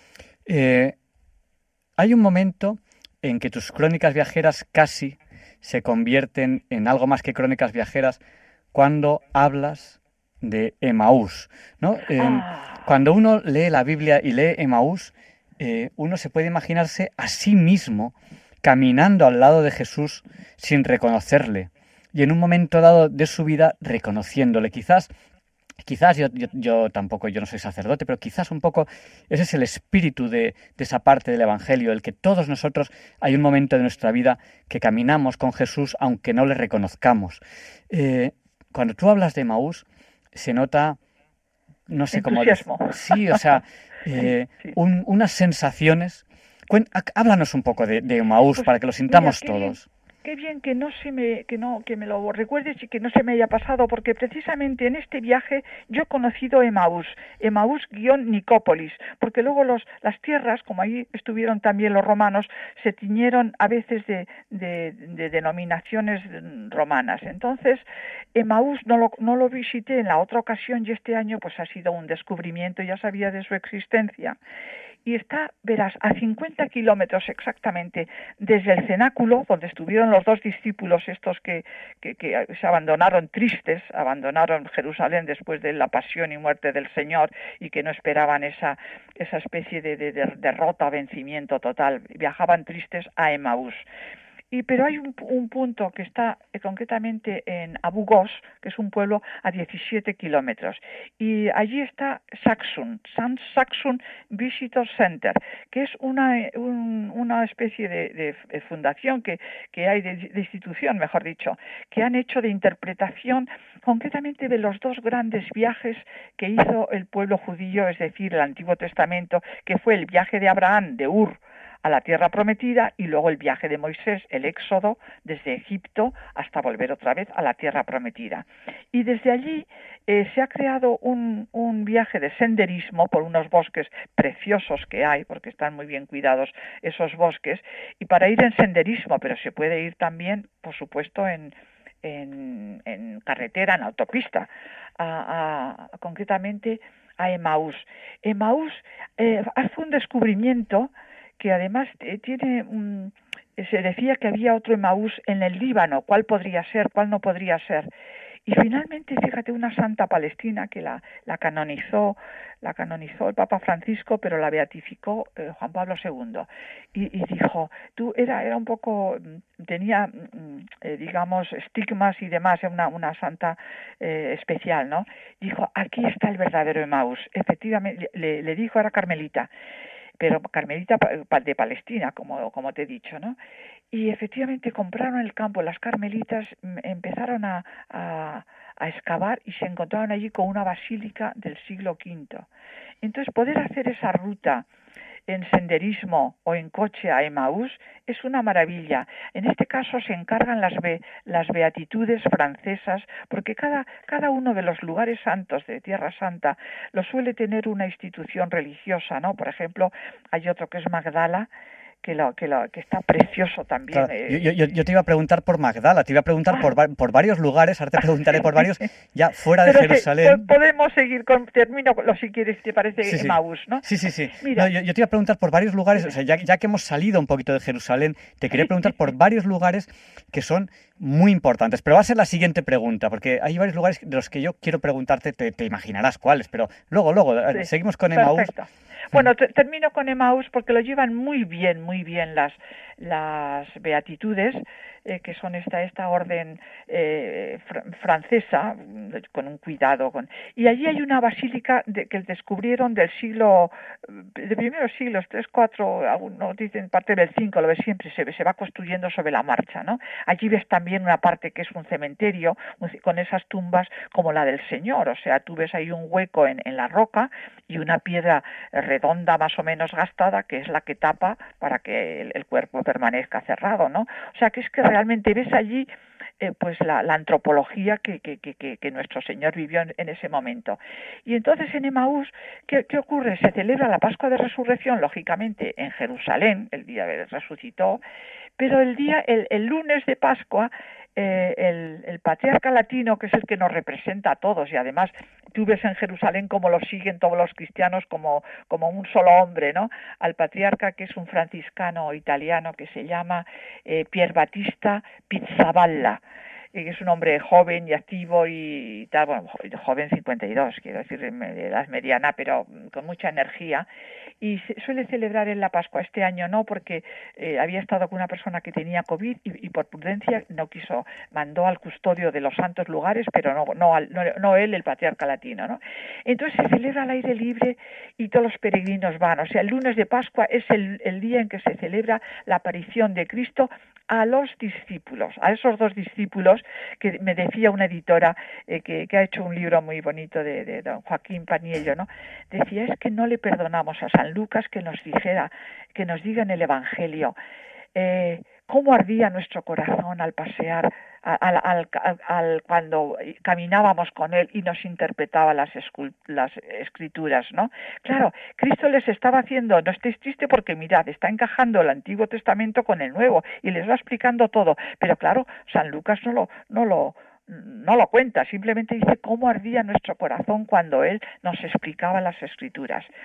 Speaker 6: Eh, hay un momento en que tus crónicas viajeras casi se convierten en algo más que crónicas viajeras cuando hablas de Emaús, ¿no? Eh, ah. Cuando uno lee la Biblia y lee Emaús, eh, uno se puede imaginarse a sí mismo caminando al lado de Jesús sin reconocerle, y en un momento dado de su vida reconociéndole. Quizás Quizás yo, yo, yo tampoco, yo no soy sacerdote, pero quizás un poco ese es el espíritu de, de esa parte del Evangelio, el que todos nosotros hay un momento de nuestra vida que caminamos con Jesús aunque no le reconozcamos. Eh, cuando tú hablas de Emaús, se nota, no sé cómo... Sí, o sea, eh, sí, sí. Un, unas sensaciones. Cuen, háblanos un poco de, de Emaús pues, para que lo sintamos mira, todos.
Speaker 5: Bien. Qué bien que no se me que no que me lo recuerdes y que no se me haya pasado, porque precisamente en este viaje yo he conocido Emaús, Emaús-Nicópolis, porque luego los las tierras, como ahí estuvieron también los romanos, se tiñeron a veces de, de, de denominaciones romanas. Entonces, Emaús no lo no lo visité en la otra ocasión, y este año pues ha sido un descubrimiento, ya sabía de su existencia. Y está, verás, a cincuenta kilómetros exactamente desde el cenáculo, donde estuvieron los dos discípulos estos que, que, que se abandonaron tristes, abandonaron Jerusalén después de la pasión y muerte del Señor, y que no esperaban esa, esa especie de, de, de derrota o vencimiento total. Viajaban tristes a Emaús. Y, pero hay un, un punto que está eh, concretamente en Abu Ghosh, que es un pueblo a diecisiete kilómetros. Y allí está Saxon, San Saxon Visitor Center, que es una, un, una especie de, de, de fundación que, que hay, de, de institución, mejor dicho, que han hecho de interpretación concretamente de los dos grandes viajes que hizo el pueblo judío, es decir, el Antiguo Testamento, que fue el viaje de Abraham de Ur a la tierra prometida y luego el viaje de Moisés, el éxodo desde Egipto hasta volver otra vez a la tierra prometida. Y desde allí eh, se ha creado un, un viaje de senderismo por unos bosques preciosos que hay, porque están muy bien cuidados esos bosques, y para ir en senderismo, pero se puede ir también, por supuesto, en, en, en carretera, en autopista, a, a, concretamente a Emaús. Emaús eh, hace un descubrimiento que además eh, tiene un, se decía que había otro Emaús en el Líbano, cuál podría ser, cuál no podría ser. Y finalmente, fíjate, una santa palestina que la, la canonizó, la canonizó el Papa Francisco, pero la beatificó eh, Juan Pablo segundo. Y, y dijo, tú era, era un poco, tenía, eh, digamos, estigmas y demás, era una, una santa eh, especial, ¿no? Dijo, aquí está el verdadero Emaús. Efectivamente, le, le dijo, era carmelita, pero carmelita de Palestina, como, como te he dicho, ¿no? Y efectivamente compraron el campo, las carmelitas empezaron a, a, a excavar y se encontraron allí con una basílica del siglo quinto. Entonces, poder hacer esa ruta en senderismo o en coche a Emaús es una maravilla. En este caso se encargan las, be, las beatitudes francesas, porque cada, cada uno de los lugares santos de Tierra Santa lo suele tener una institución religiosa, ¿no? Por ejemplo, hay otro que es Magdala, que lo, que lo, que está precioso también.
Speaker 6: Claro, eh. yo, yo, yo te iba a preguntar por Magdala, te iba a preguntar ah. por, por varios lugares, ahora te preguntaré por varios, ya fuera de Pero Jerusalén.
Speaker 5: Se, podemos seguir, con, termino lo si quieres, te parece, sí, Emaús, ¿no?
Speaker 6: Sí, sí, sí. Mira, no, yo, yo te iba a preguntar por varios lugares, o sea, ya, ya que hemos salido un poquito de Jerusalén, te quería preguntar por varios lugares que son muy importantes, pero va a ser la siguiente pregunta, porque hay varios lugares de los que yo quiero preguntarte, te, te imaginarás cuáles, pero luego, luego, sí, seguimos con Emaús.
Speaker 5: Perfecto. Bueno, te, termino con Emaús porque lo llevan muy bien, muy bien las, las beatitudes, eh, que son esta, esta orden eh, fr- francesa, con un cuidado. Con... Y allí hay una basílica de, que descubrieron del siglo, de primeros siglos, tres, cuatro, algunos dicen parte del cinco, lo ves siempre, se, se va construyendo sobre la marcha, ¿no? Allí ves también una parte que es un cementerio, con esas tumbas como la del Señor, o sea, tú ves ahí un hueco en, en la roca y una piedra redonda más o menos gastada, que es la que tapa para que el, el cuerpo permanezca cerrado, ¿no? O sea, que es que realmente ves allí eh, pues la, la antropología que, que, que, que nuestro Señor vivió en, en ese momento. Y entonces en Emaús, ¿qué, ¿qué ocurre? Se celebra la Pascua de Resurrección, lógicamente, en Jerusalén, el día que resucitó, pero el día, el, el lunes de Pascua, eh, el, el patriarca latino, que es el que nos representa a todos, y además tú ves en Jerusalén como lo siguen todos los cristianos como, como un solo hombre, ¿no? Al patriarca, que es un franciscano italiano que se llama eh, Pier Battista Pizzaballa, que es un hombre joven y activo y tal, bueno, joven cincuenta y dos, quiero decir, de edad mediana, pero con mucha energía, y se suele celebrar en la Pascua. Este año no, porque eh, había estado con una persona que tenía COVID y, y por prudencia no quiso, mandó al custodio de los santos lugares, pero no, no, al, no, no él, el patriarca latino, ¿no? Entonces se celebra al aire libre y todos los peregrinos van, o sea, el lunes de Pascua es el, el día en que se celebra la aparición de Cristo a los discípulos, a esos dos discípulos que me decía una editora eh, que, que ha hecho un libro muy bonito de, de don Joaquín Paniello, ¿no? Decía, es que no le perdonamos a San Lucas que nos dijera, que nos diga en el Evangelio, eh, cómo ardía nuestro corazón al pasear, al, al, al, al cuando caminábamos con él y nos interpretaba las, escul- las escrituras, ¿no? Claro, Cristo les estaba haciendo, no estéis tristes porque mirad, está encajando el Antiguo Testamento con el Nuevo y les va explicando todo, pero claro, San Lucas no lo, no lo, no lo cuenta, simplemente dice cómo ardía nuestro corazón cuando él nos explicaba las escrituras.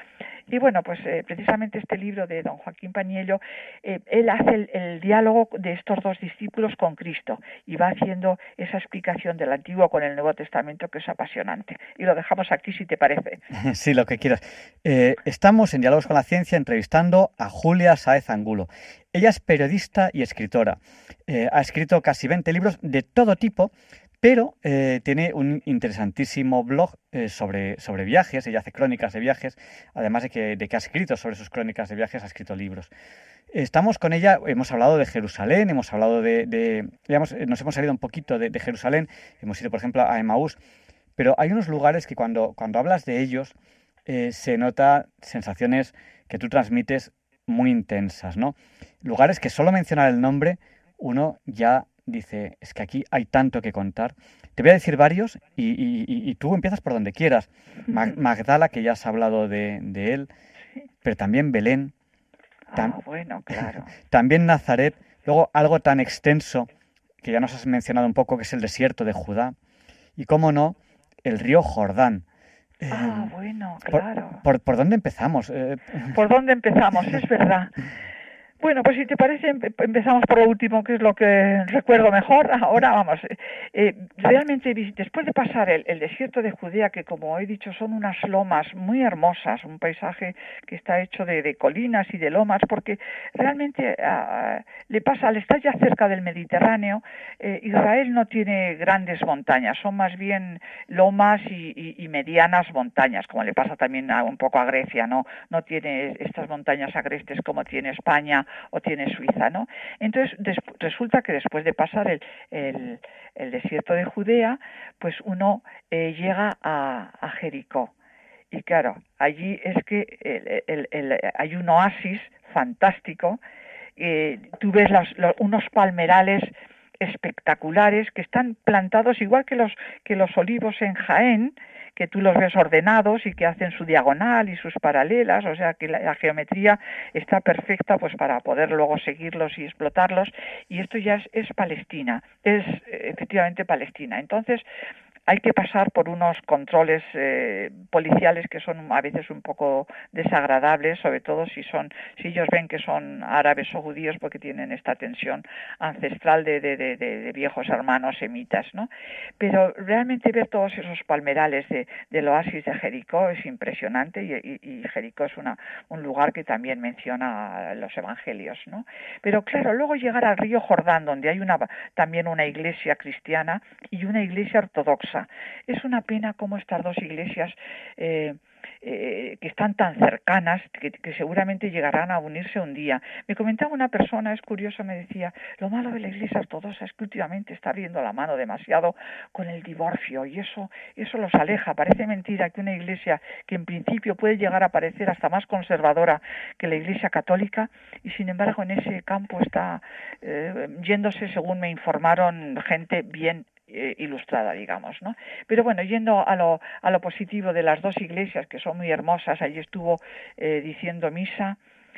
Speaker 5: Y bueno, pues eh, precisamente este libro de don Joaquín Pañello, eh, él hace el, el diálogo de estos dos discípulos con Cristo y va haciendo esa explicación del Antiguo con el Nuevo Testamento que es apasionante. Y lo dejamos aquí si te parece.
Speaker 6: Sí, lo que quieras. Eh, estamos en Diálogos con la Ciencia entrevistando a Julia Sáez Angulo. Ella es periodista y escritora. Eh, ha escrito casi veinte libros de todo tipo, pero eh, tiene un interesantísimo blog eh, sobre, sobre viajes. Ella hace crónicas de viajes, además de que, de que ha escrito sobre sus crónicas de viajes, ha escrito libros. Estamos con ella, hemos hablado de Jerusalén, hemos hablado de... de digamos, nos hemos salido un poquito de, de Jerusalén, hemos ido, por ejemplo, a Emaús, pero hay unos lugares que cuando, cuando hablas de ellos eh, se nota sensaciones que tú transmites muy intensas, ¿no? Lugares que solo mencionar el nombre uno ya dice, es que aquí hay tanto que contar. Te voy a decir varios y, y, y tú empiezas por donde quieras. Mag- Magdala, que ya has hablado de, de él, pero también Belén.
Speaker 5: Tam- ah, bueno, claro.
Speaker 6: También Nazaret. Luego algo tan extenso que ya nos has mencionado un poco, que es el desierto de Judá. Y cómo no, el río Jordán.
Speaker 5: Ah, eh, bueno, claro.
Speaker 6: ¿Por, por, por dónde empezamos? Eh...
Speaker 5: ¿Por dónde empezamos? Es verdad. Bueno, pues si te parece, empezamos por lo último, que es lo que recuerdo mejor. Ahora, vamos, eh, realmente después de pasar el, el desierto de Judea, que como he dicho son unas lomas muy hermosas, un paisaje que está hecho de, de colinas y de lomas, porque realmente uh, le pasa, al estar ya cerca del Mediterráneo, eh, Israel no tiene grandes montañas, son más bien lomas y, y, y medianas montañas, como le pasa también a, un poco a Grecia, ¿no? No tiene estas montañas agrestes como tiene España o tiene Suiza, ¿no? Entonces des, resulta que después de pasar el, el, el desierto de Judea, pues uno eh, llega a, a Jericó. Y claro, allí es que el, el, el, hay un oasis fantástico, eh, tú ves las, los, unos palmerales espectaculares que están plantados igual que los, que los olivos en Jaén, que tú los ves ordenados y que hacen su diagonal y sus paralelas, o sea que la, la geometría está perfecta pues para poder luego seguirlos y explotarlos, y esto ya es, es Palestina, es efectivamente Palestina. Entonces hay que pasar por unos controles eh, policiales que son a veces un poco desagradables, sobre todo si son, si ellos ven que son árabes o judíos, porque tienen esta tensión ancestral de, de, de, de viejos hermanos semitas, ¿no? Pero realmente ver todos esos palmerales de, del oasis de Jericó es impresionante, y, y, y Jericó es una, un lugar que también menciona los evangelios, ¿no? Pero claro, luego llegar al río Jordán, donde hay una, también una iglesia cristiana y una iglesia ortodoxa. Es una pena cómo estas dos iglesias eh, eh, que están tan cercanas, que, que seguramente llegarán a unirse un día. Me comentaba una persona, es curioso, me decía, lo malo de la iglesia ortodoxa es que últimamente está abriendo la mano demasiado con el divorcio, y eso, eso los aleja. Parece mentira que una iglesia que en principio puede llegar a parecer hasta más conservadora que la iglesia católica, y sin embargo en ese campo está eh, yéndose, según me informaron, gente bien Eh, ilustrada, digamos, ¿no? Pero bueno, yendo a lo, a lo positivo de las dos iglesias, que son muy hermosas, allí estuvo eh, diciendo misa,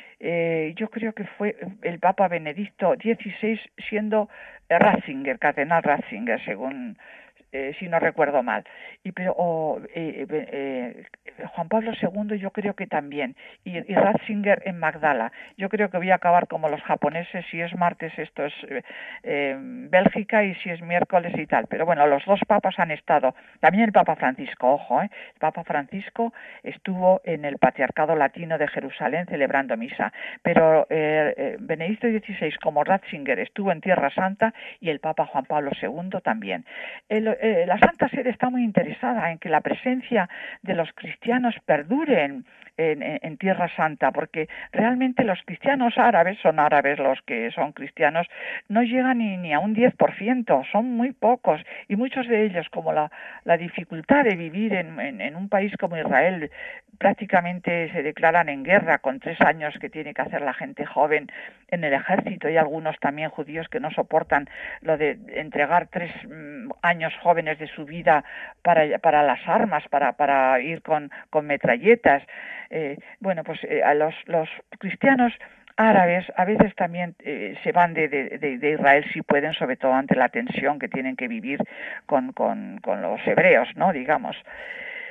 Speaker 5: eh, yo creo que fue el Papa Benedicto dieciséis, siendo Ratzinger, cardenal Ratzinger, según eh, si no recuerdo mal, y pero oh, eh, eh, Juan Pablo segundo yo creo que también, y, y Ratzinger en Magdala. Yo creo que voy a acabar como los japoneses, si es martes esto es eh, eh, Bélgica y si es miércoles y tal, pero bueno, los dos papas han estado, también el Papa Francisco, ojo, eh, el Papa Francisco estuvo en el Patriarcado Latino de Jerusalén celebrando misa, pero eh, eh, Benedicto dieciséis como Ratzinger estuvo en Tierra Santa, y el Papa Juan Pablo segundo también. El, eh, la Santa Sede está muy interesada en que la presencia de los cristianos perdure en, en, en Tierra Santa, porque realmente los cristianos árabes, son árabes los que son cristianos, no llegan ni, ni a un diez por ciento, son muy pocos, y muchos de ellos, como la, la dificultad de vivir en, en, en un país como Israel, prácticamente se declaran en guerra con tres años que tiene que hacer la gente joven en el ejército, y algunos también judíos que no soportan lo de entregar tres mm, años jóvenes de su vida para, para las armas, para, para ir con, con metralletas. Eh, bueno, pues eh, a los, los cristianos árabes a veces también eh, se van de, de, de Israel si pueden, sobre todo ante la tensión que tienen que vivir con, con, con los hebreos, ¿no? Digamos.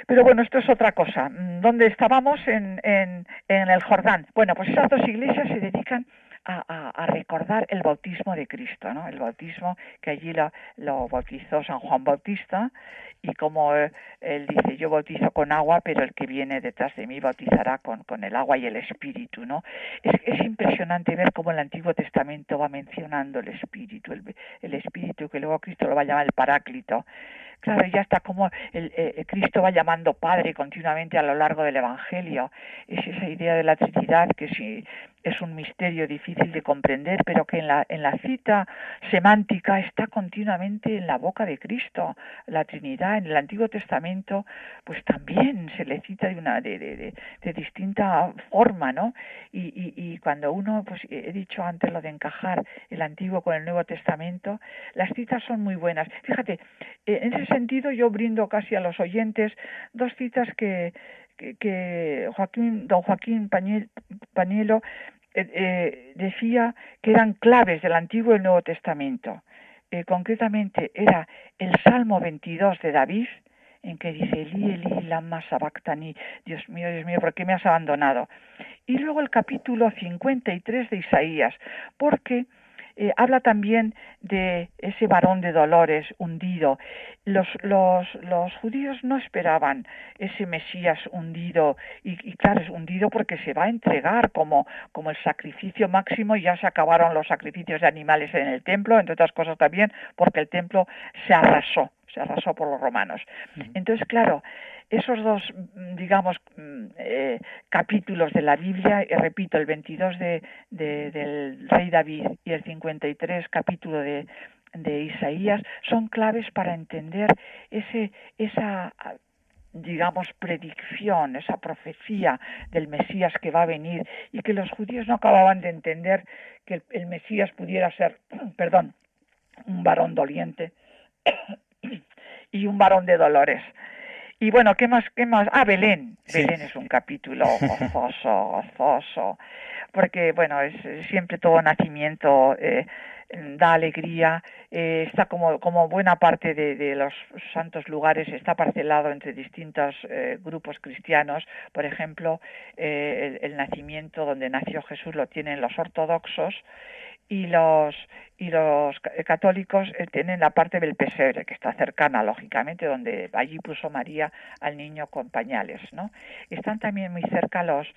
Speaker 5: Pero bueno, esto es otra cosa. ¿Dónde estábamos? En, en, en el Jordán. Bueno, pues esas dos iglesias se dedican A, a, a recordar el bautismo de Cristo, ¿no? El bautismo que allí lo, lo bautizó San Juan Bautista, y como eh, él dice, yo bautizo con agua, pero el que viene detrás de mí bautizará con, con el agua y el Espíritu, ¿no? Es, es impresionante ver cómo el Antiguo Testamento va mencionando el Espíritu, el, el Espíritu que luego Cristo lo va a llamar el Paráclito. Claro, ya está como el, eh, Cristo va llamando Padre continuamente a lo largo del Evangelio. Es esa idea de la Trinidad que sí es un misterio difícil de comprender, pero que en la, en la cita semántica está continuamente en la boca de Cristo. La Trinidad en el Antiguo Testamento pues también se le cita de una de, de, de, de distinta forma, ¿no? Y, y, y cuando uno, pues he dicho antes lo de encajar el Antiguo con el Nuevo Testamento, las citas son muy buenas. Fíjate, en ese sentido yo brindo casi a los oyentes dos citas que, que, que Joaquín, don Joaquín Pañuelo eh, eh, decía que eran claves del Antiguo y el Nuevo Testamento. Eh, concretamente era el Salmo veintidós de David, en que dice, Elí, Elí, lama sabactani, Dios mío, Dios mío, ¿por qué me has abandonado? Y luego el capítulo cincuenta y tres de Isaías, porque Eh, habla también de ese varón de dolores hundido. Los, los, los judíos no esperaban ese Mesías hundido, y, y claro, es hundido porque se va a entregar como, como el sacrificio máximo. Ya se acabaron los sacrificios de animales en el templo, entre otras cosas también porque el templo se arrasó, se arrasó por los romanos. Entonces, claro, esos dos, digamos, eh, capítulos de la Biblia, eh, repito, el veintidós de, de, del rey David y el cincuenta y tres capítulo de, de Isaías, son claves para entender ese, esa, digamos, predicción, esa profecía del Mesías que va a venir, y que los judíos no acababan de entender que el, el Mesías pudiera ser, perdón, un varón doliente y un varón de dolores. Y bueno, ¿qué más? ¿Qué más? Ah, Belén. Sí. Belén es un capítulo gozoso, gozoso, porque, bueno, es siempre todo nacimiento, eh, da alegría, eh, está como, como buena parte de, de los santos lugares, está parcelado entre distintos eh, grupos cristianos. Por ejemplo, eh, el, el nacimiento donde nació Jesús lo tienen los ortodoxos, y los y los católicos eh, tienen la parte del pesebre, que está cercana, lógicamente, donde allí puso María al niño con pañales, ¿no? Están también muy cerca los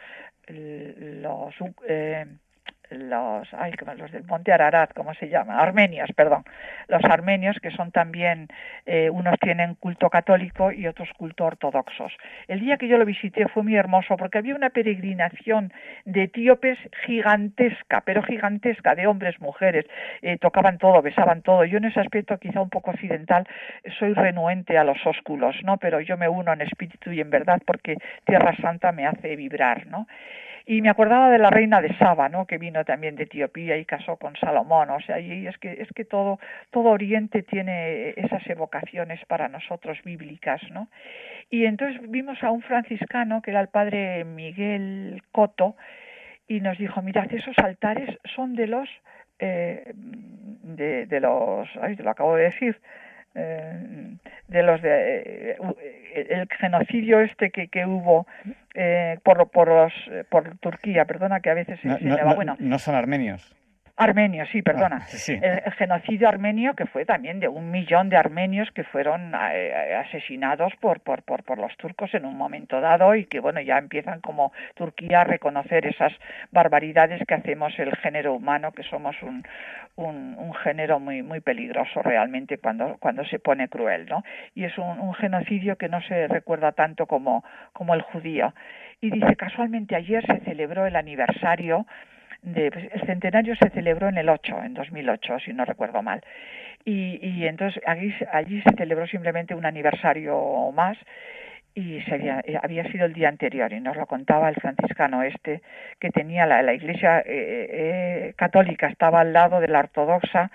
Speaker 5: los eh, los ay, los del Monte Ararat, ¿cómo se llama? Armenios, perdón. Los armenios, que son también, eh, unos tienen culto católico y otros culto ortodoxos. El día que yo lo visité fue muy hermoso, porque había una peregrinación de etíopes gigantesca, pero gigantesca, de hombres, mujeres, eh, tocaban todo, besaban todo. Yo en ese aspecto, quizá un poco occidental, soy renuente a los ósculos, ¿no? Pero yo me uno en espíritu y en verdad, porque Tierra Santa me hace vibrar, ¿no? Y me acordaba de la reina de Saba, ¿no? Que vino también de Etiopía y casó con Salomón. O sea, y es que es que todo todo Oriente tiene esas evocaciones para nosotros bíblicas, ¿no? Y entonces vimos a un franciscano que era el padre Miguel Coto, y nos dijo, mirad, esos altares son de los eh, de, de los, ay, te lo acabo de decir, eh, de los de eh, el genocidio este que, que hubo eh, por por los por Turquía, perdona que a veces se,
Speaker 6: no,
Speaker 5: se
Speaker 6: no,
Speaker 5: me va,
Speaker 6: no,
Speaker 5: bueno,
Speaker 6: no son armenios.
Speaker 5: Armenios, sí, perdona.
Speaker 6: Ah, sí, sí.
Speaker 5: El, el genocidio armenio, que fue también de un millón de armenios que fueron eh, asesinados por, por, por, por los turcos en un momento dado, y que, bueno, ya empiezan como Turquía a reconocer esas barbaridades que hacemos el género humano, que somos un, un, un género muy, muy peligroso realmente cuando, cuando se pone cruel, ¿no? Y es un, un genocidio que no se recuerda tanto como, como el judío. Y dice, casualmente ayer se celebró el aniversario de, pues, el centenario se celebró en el ocho, en dos mil ocho, si no recuerdo mal, y, y entonces allí, allí se celebró simplemente un aniversario más, y se había, había sido el día anterior, y nos lo contaba el franciscano este, que tenía la, la iglesia eh, eh, católica estaba al lado de la ortodoxa,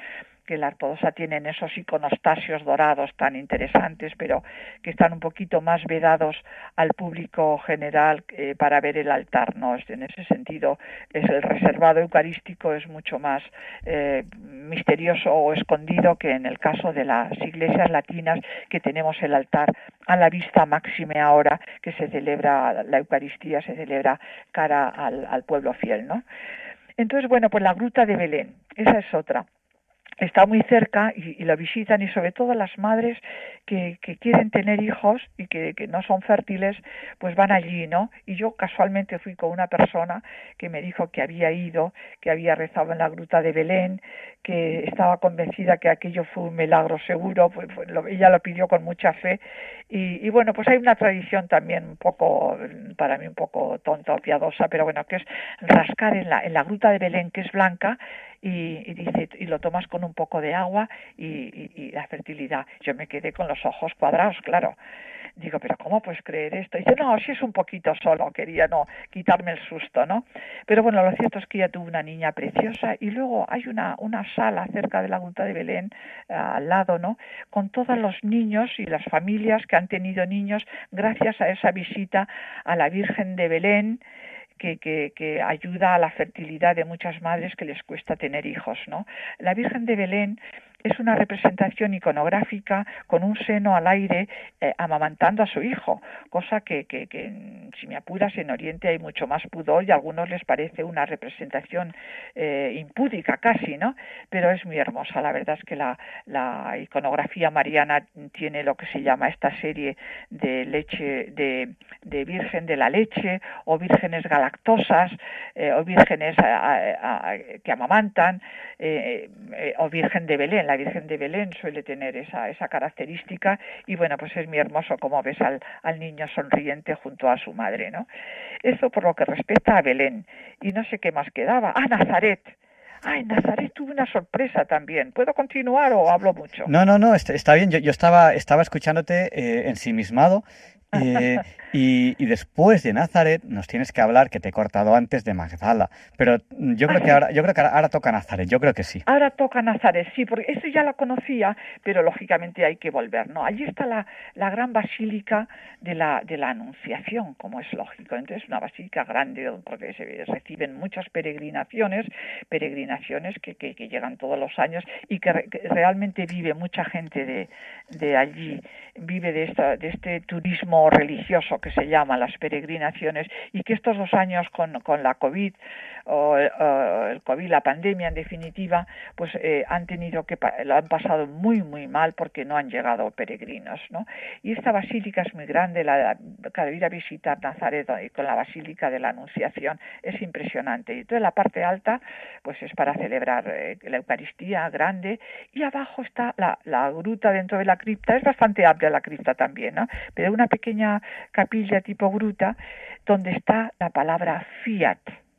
Speaker 5: que la ortodoxa tienen esos iconostasios dorados tan interesantes, pero que están un poquito más vedados al público general eh, para ver el altar, ¿no? En ese sentido, es el reservado eucarístico es mucho más eh, misterioso o escondido que en el caso de las iglesias latinas, que tenemos el altar a la vista, máxime ahora que se celebra la Eucaristía, se celebra cara al, al pueblo fiel, ¿no? Entonces, bueno, pues la gruta de Belén, esa es otra. Está muy cerca y, y lo visitan, y sobre todo las madres que, que quieren tener hijos y que, que no son fértiles, pues van allí, ¿no? Y yo casualmente fui con una persona que me dijo que había ido, que había rezado en la gruta de Belén, que estaba convencida que aquello fue un milagro seguro, pues, pues lo, ella lo pidió con mucha fe, y, y bueno, pues hay una tradición también un poco, para mí un poco tonta o piadosa, pero bueno, que es rascar en la, en la gruta de Belén, que es blanca, y, y dice, y lo tomas con un poco de agua y, y, y la fertilidad. Yo me quedé con los ojos cuadrados, claro. Digo, pero ¿cómo puedes creer esto? Y dice, no, si es un poquito solo, quería no quitarme el susto, ¿no? Pero bueno, lo cierto es que ella tuvo una niña preciosa, y luego hay una, una sala cerca de la gruta de Belén, uh, al lado, ¿no? Con todos los niños y las familias que han tenido niños gracias a esa visita a la Virgen de Belén, Que, que, que ayuda a la fertilidad de muchas madres que les cuesta tener hijos, ¿no? La Virgen de Belén es una representación iconográfica con un seno al aire eh, amamantando a su hijo, cosa que, que, que, si me apuras, en Oriente hay mucho más pudor y a algunos les parece una representación eh, impúdica casi, ¿no? Pero es muy hermosa. La verdad es que la, la iconografía mariana tiene lo que se llama esta serie de leche, de, de Virgen de la Leche, o vírgenes galactosas, eh, o vírgenes a, a, a, que amamantan, eh, eh, o Virgen de Belén. La Virgen de Belén suele tener esa, esa característica, y bueno, pues es muy hermoso como ves al, al niño sonriente junto a su madre, ¿no? Eso por lo que respecta a Belén. Y no sé qué más quedaba. ¡Ah, Nazaret! Ah, en Nazaret tuve una sorpresa también. ¿Puedo continuar o hablo mucho?
Speaker 6: No, no, no, está, está bien. Yo, yo estaba, estaba escuchándote eh, ensimismado. Eh, y, y después de Nazaret nos tienes que hablar, que te he cortado antes, de Magdala, pero yo creo que ahora, yo creo que ahora, ahora toca Nazaret, yo creo que sí.
Speaker 5: Ahora toca Nazaret, sí, porque eso ya lo conocía, pero lógicamente hay que volver, ¿no? Allí está la, la gran basílica de la, de la Anunciación, como es lógico. Entonces, una basílica grande, porque se reciben muchas peregrinaciones, peregrinaciones que, que, que llegan todos los años, y que, re, que realmente vive mucha gente de, de allí, vive de, esta, de este turismo religioso que se llama las peregrinaciones, y que estos dos años con, con la COVID, o, o el COVID, la pandemia en definitiva, pues eh, han tenido que, lo han pasado muy muy mal porque no han llegado peregrinos, ¿no? Y esta basílica es muy grande, la, cada ir a visitar Nazaret y con la basílica de la Anunciación es impresionante. Y entonces la parte alta pues es para celebrar eh, la Eucaristía grande, y abajo está la, la gruta dentro de la cripta. Es bastante amplia la cripta también, ¿no? Pero una pequeña capilla tipo gruta donde está la palabra fiat,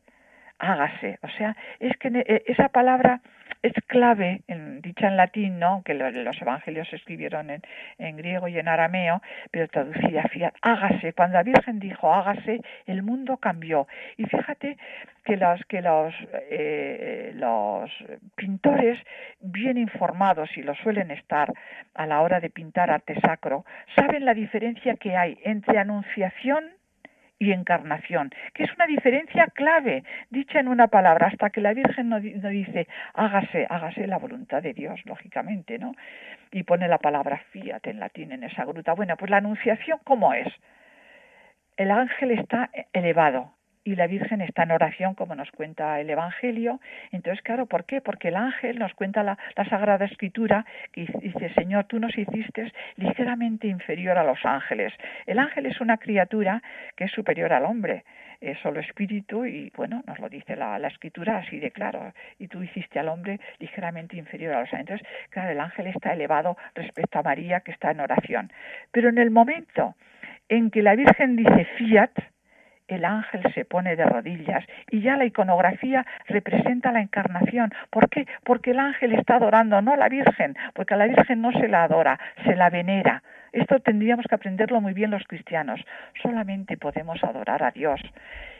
Speaker 5: hágase. O sea, es que esa palabra es clave, en, dicha en latín, ¿no? Que lo, los evangelios se escribieron en, en griego y en arameo, pero traducida fiat, hágase. Cuando la Virgen dijo hágase, el mundo cambió. Y fíjate que los que los eh, los pintores bien informados, y lo suelen estar a la hora de pintar arte sacro, saben la diferencia que hay entre anunciación y encarnación, que es una diferencia clave, dicha en una palabra, hasta que la Virgen no, no dice hágase, hágase la voluntad de Dios, lógicamente, ¿no? Y pone la palabra fiat en latín en esa gruta. Bueno, pues la anunciación, ¿cómo es? El ángel está elevado y la Virgen está en oración, como nos cuenta el Evangelio. Entonces, claro, ¿por qué? Porque el ángel nos cuenta la, la Sagrada Escritura, que dice, Señor, tú nos hiciste ligeramente inferior a los ángeles. El ángel es una criatura que es superior al hombre, es solo espíritu, y bueno, nos lo dice la, la Escritura así de claro, y tú hiciste al hombre ligeramente inferior a los ángeles. Entonces, claro, el ángel está elevado respecto a María, que está en oración. Pero en el momento en que la Virgen dice fiat, el ángel se pone de rodillas, y ya la iconografía representa la encarnación. ¿Por qué? Porque el ángel está adorando, no a la Virgen, porque a la Virgen no se la adora, se la venera. Esto tendríamos que aprenderlo muy bien los cristianos. Solamente podemos adorar a Dios.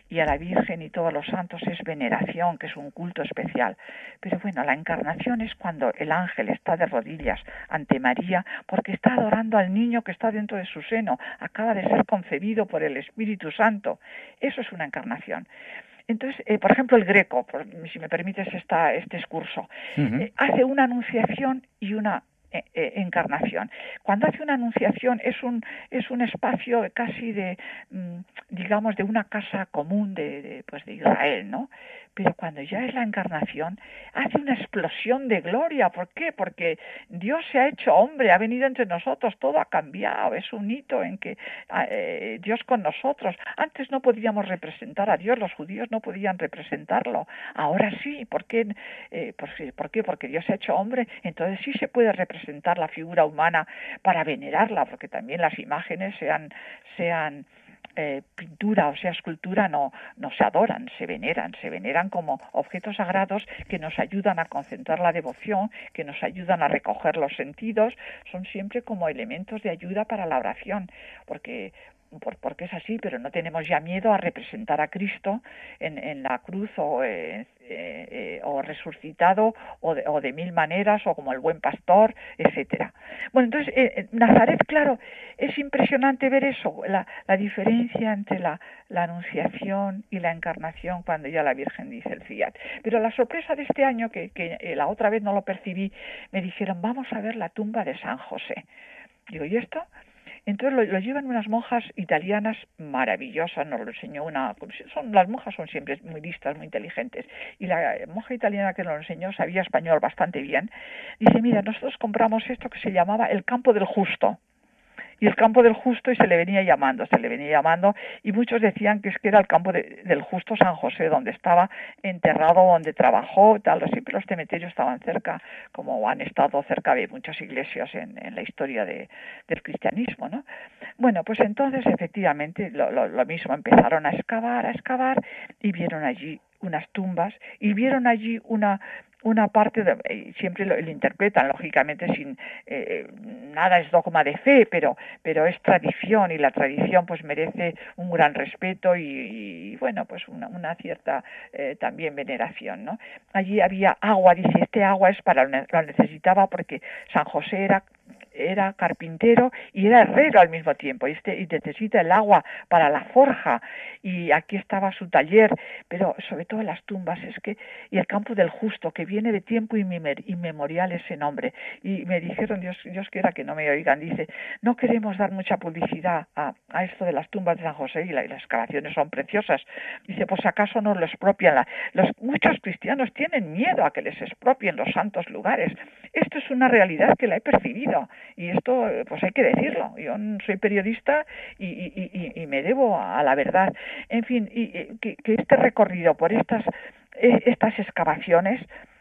Speaker 5: y a la Virgen y todos los santos es veneración, que es un culto especial. Pero bueno, la encarnación es cuando el ángel está de rodillas ante María porque está adorando al niño que está dentro de su seno, acaba de ser concebido por el Espíritu Santo. Eso es una encarnación. Entonces, eh, por ejemplo, el Greco, por, si me permites esta, este excurso, uh-huh. eh, hace una anunciación y una eh, eh, encarnación. Cuando hace una anunciación es un es un espacio casi de, mm, digamos, de una casa común de, de, pues de Israel, ¿no? Pero cuando ya es la encarnación, hace una explosión de gloria. ¿Por qué? Porque Dios se ha hecho hombre, ha venido entre nosotros, todo ha cambiado, es un hito en que eh, Dios con nosotros. Antes no podíamos representar a Dios, los judíos no podían representarlo. Ahora sí, ¿por qué? Eh, ¿por, ¿Por qué? Porque Dios se ha hecho hombre, entonces sí se puede representar la figura humana para venerarla, porque también las imágenes sean... sean Eh, pintura o sea escultura no, no se adoran, se veneran, se veneran como objetos sagrados que nos ayudan a concentrar la devoción, que nos ayudan a recoger los sentidos, son siempre como elementos de ayuda para la oración, porque por, porque es así, pero no tenemos ya miedo a representar a Cristo en, en la cruz o, eh, eh, eh, o resucitado o de, o de mil maneras o como el buen pastor, etcétera. Bueno, entonces eh, Nazaret, claro, es impresionante ver eso, la, la diferencia entre la, la anunciación y la encarnación cuando ya la Virgen dice el fiat. Pero la sorpresa de este año, que, que eh, la otra vez no lo percibí, me dijeron, vamos a ver la tumba de San José. Digo, ¿y esto? Entonces lo, lo llevan unas monjas italianas maravillosas, nos lo enseñó una... Son, las monjas son siempre muy listas, muy inteligentes, y la monja italiana que nos lo enseñó sabía español bastante bien. Dice, mira, nosotros compramos esto que se llamaba el Campo del Justo, y el Campo del Justo, y se le venía llamando, se le venía llamando, y muchos decían que es que era el Campo de, del Justo San José, donde estaba enterrado, donde trabajó, tal. Siempre los cementerios estaban cerca, como han estado cerca de muchas iglesias en, en la historia de, del cristianismo, ¿no? Bueno, pues entonces efectivamente lo, lo, lo mismo, empezaron a excavar, a excavar, y vieron allí unas tumbas, y vieron allí una... una parte, de, siempre lo, lo interpretan, lógicamente, sin eh, nada es dogma de fe, pero pero es tradición, y la tradición pues merece un gran respeto y, y bueno, pues una, una cierta eh, también veneración, ¿no? Allí había agua, dice, este agua es para, lo necesitaba porque San José era era carpintero y era herrero al mismo tiempo, y, este, y necesita el agua para la forja, y aquí estaba su taller, pero sobre todo las tumbas, es que, y el Campo del Justo, que viene de tiempo inmemorial ese nombre, y me dijeron, Dios, Dios quiera que no me oigan, dice, no queremos dar mucha publicidad a, a esto de las tumbas de San José, y, la, y las excavaciones son preciosas, dice, pues acaso nos lo expropian, la, los, muchos cristianos tienen miedo a que les expropien los santos lugares, esto es una realidad que la he percibido, y esto pues hay que decirlo, yo soy periodista y, y, y, y me debo a la verdad, en fin, y, y que, que este recorrido por estas, estas excavaciones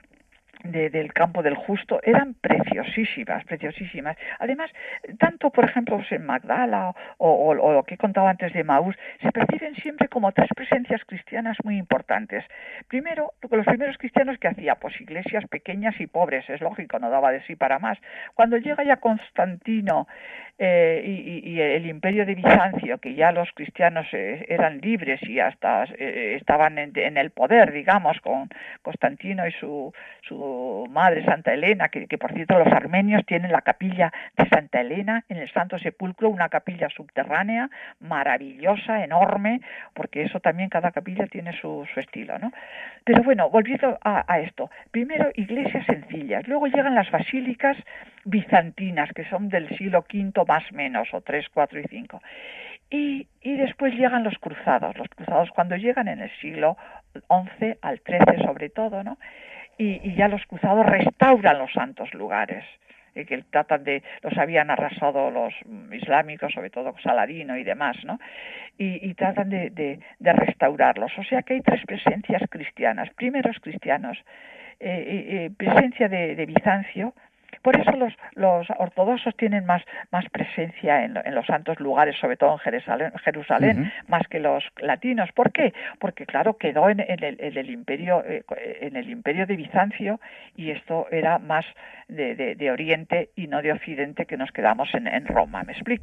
Speaker 5: De, del Campo del Justo eran preciosísimas, preciosísimas. Además, tanto, por ejemplo, en Magdala o, o, o lo que he contado antes de Maús, se perciben siempre como tres presencias cristianas muy importantes. Primero, los primeros cristianos que hacía, pues iglesias pequeñas y pobres, es lógico, no daba de sí para más. Cuando llega ya Constantino eh, y, y el Imperio de Bizancio, que ya los cristianos eh, eran libres y hasta eh, estaban en, en el poder, digamos, con Constantino y su, su madre Santa Elena, que, que por cierto los armenios tienen la capilla de Santa Elena en el Santo Sepulcro, una capilla subterránea maravillosa, enorme, porque eso también, cada capilla tiene su, su estilo, ¿no? Pero bueno, volviendo a, a esto, primero iglesias sencillas, luego llegan las basílicas bizantinas, que son del siglo quinto más o menos, o tres, cuatro y cinco. Y, y después llegan los cruzados, los cruzados cuando llegan en el siglo once al trece sobre todo, ¿no? Y, y ya los cruzados restauran los santos lugares, eh, que tratan de, los habían arrasado los islámicos, sobre todo Saladino y demás, ¿no? Y, y tratan de, de, de restaurarlos. O sea que hay tres presencias cristianas. Primeros cristianos, eh, eh, presencia de, de Bizancio. Por eso los, los ortodoxos tienen más, más presencia en, en los santos lugares, sobre todo en Jerusalén, Jerusalén uh-huh. más que los latinos. ¿Por qué? Porque claro, quedó en, en, el, en el imperio eh, en el imperio de Bizancio, y esto era más de, de, de Oriente y no de Occidente, que nos quedamos en, en Roma. ¿Me explico?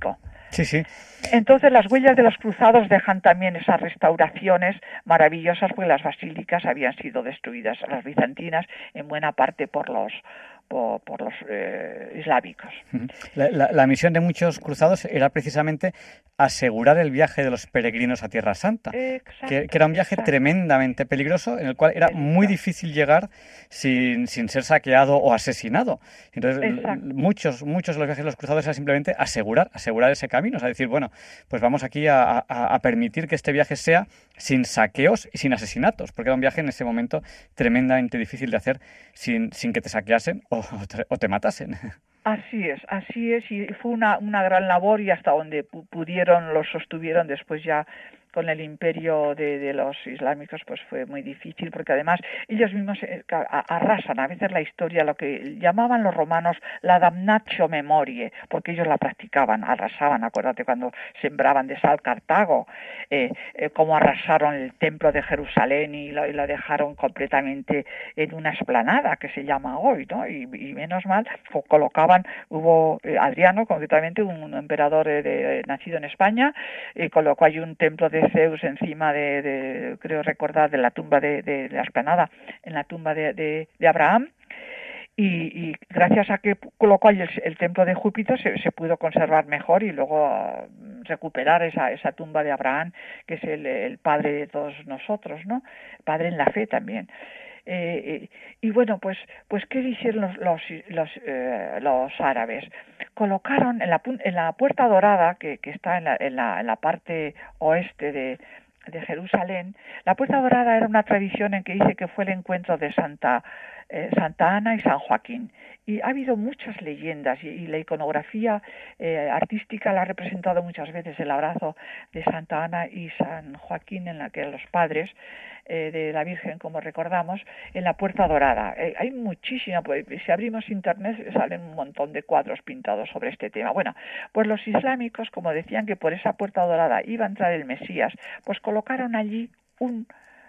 Speaker 6: Sí, sí.
Speaker 5: Entonces las huellas de los cruzados dejan también esas restauraciones maravillosas, porque las basílicas habían sido destruidas, las bizantinas, en buena parte por los por, por los eh, islámicos.
Speaker 6: La, la, la misión de muchos cruzados era precisamente asegurar el viaje de los peregrinos a Tierra Santa,
Speaker 5: Exacto,
Speaker 6: que, que era un viaje
Speaker 5: exacto.
Speaker 6: tremendamente peligroso, en el cual era
Speaker 5: Peligro.
Speaker 6: muy difícil llegar sin, sin ser saqueado o asesinado. Entonces,
Speaker 5: Exacto.
Speaker 6: muchos, muchos de los viajes de los cruzados era simplemente asegurar, asegurar ese camino, o sea, decir, bueno, pues vamos aquí a, a, a permitir que este viaje sea sin saqueos y sin asesinatos, porque era un viaje en ese momento tremendamente difícil de hacer sin, sin que te saqueasen o, o, te, o te matasen.
Speaker 5: Así es, así es, y fue una, una gran labor, y hasta donde pu- pudieron lo sostuvieron. Después ya con el imperio de, de los islámicos pues fue muy difícil, porque además ellos mismos eh, arrasan a veces la historia, lo que llamaban los romanos la damnatio memoriae, porque ellos la practicaban, arrasaban. Acuérdate cuando sembraban de sal Cartago, eh, eh, cómo arrasaron el templo de Jerusalén y lo, y lo dejaron completamente en una explanada que se llama hoy, ¿no? Y, y menos mal colocaban, hubo eh, Adriano concretamente, un, un emperador eh, de, nacido en España, y colocó allí un templo de Zeus encima de, de creo recordar, de la tumba de, de, de la explanada, en la tumba de, de, de Abraham, y, y gracias a que colocó allí el, el templo de Júpiter se, se pudo conservar mejor, y luego uh, recuperar esa, esa tumba de Abraham, que es el, el padre de todos nosotros, ¿no? Padre en la fe también. Eh, y bueno, pues pues ¿qué hicieron los los los, eh, los árabes? Colocaron en la en la Puerta Dorada, que, que está en la, en la en la parte oeste de de Jerusalén. La Puerta Dorada era una tradición en que dice que fue el encuentro de Santa eh, Santa Ana y San Joaquín. Y ha habido muchas leyendas, y, y la iconografía eh, artística la ha representado muchas veces el abrazo de Santa Ana y San Joaquín, en la que los padres eh, de la Virgen, como recordamos, en la Puerta Dorada. Eh, hay muchísima, pues, si abrimos internet salen un montón de cuadros pintados sobre este tema. Bueno, pues los islámicos, como decían que por esa Puerta Dorada iba a entrar el Mesías, pues colocaron allí un,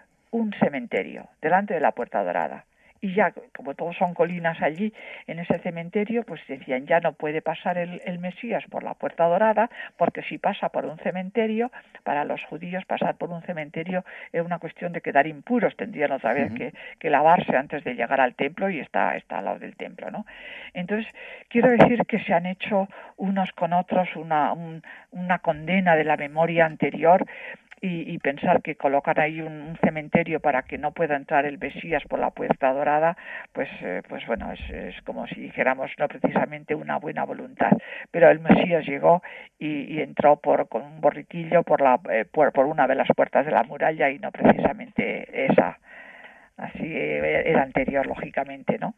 Speaker 5: un cementerio delante de la Puerta Dorada. Y ya, como todos son colinas allí, en ese cementerio, pues decían, ya no puede pasar el, el Mesías por la Puerta Dorada, porque si pasa por un cementerio, para los judíos pasar por un cementerio es una cuestión de quedar impuros, tendrían otra vez uh-huh. que, que lavarse antes de llegar al templo, y está, está al lado del templo, ¿no? Entonces, quiero decir que se han hecho unos con otros una, un, una condena de la memoria anterior. Y, y pensar que colocan ahí un, un cementerio para que no pueda entrar el Mesías por la Puerta Dorada, pues eh, pues bueno, es, es como si dijéramos no precisamente una buena voluntad. Pero el Mesías llegó y, y entró por con un borriquillo por la eh, por, por una de las puertas de la muralla, y no precisamente esa. Así eh, era anterior, lógicamente, ¿no?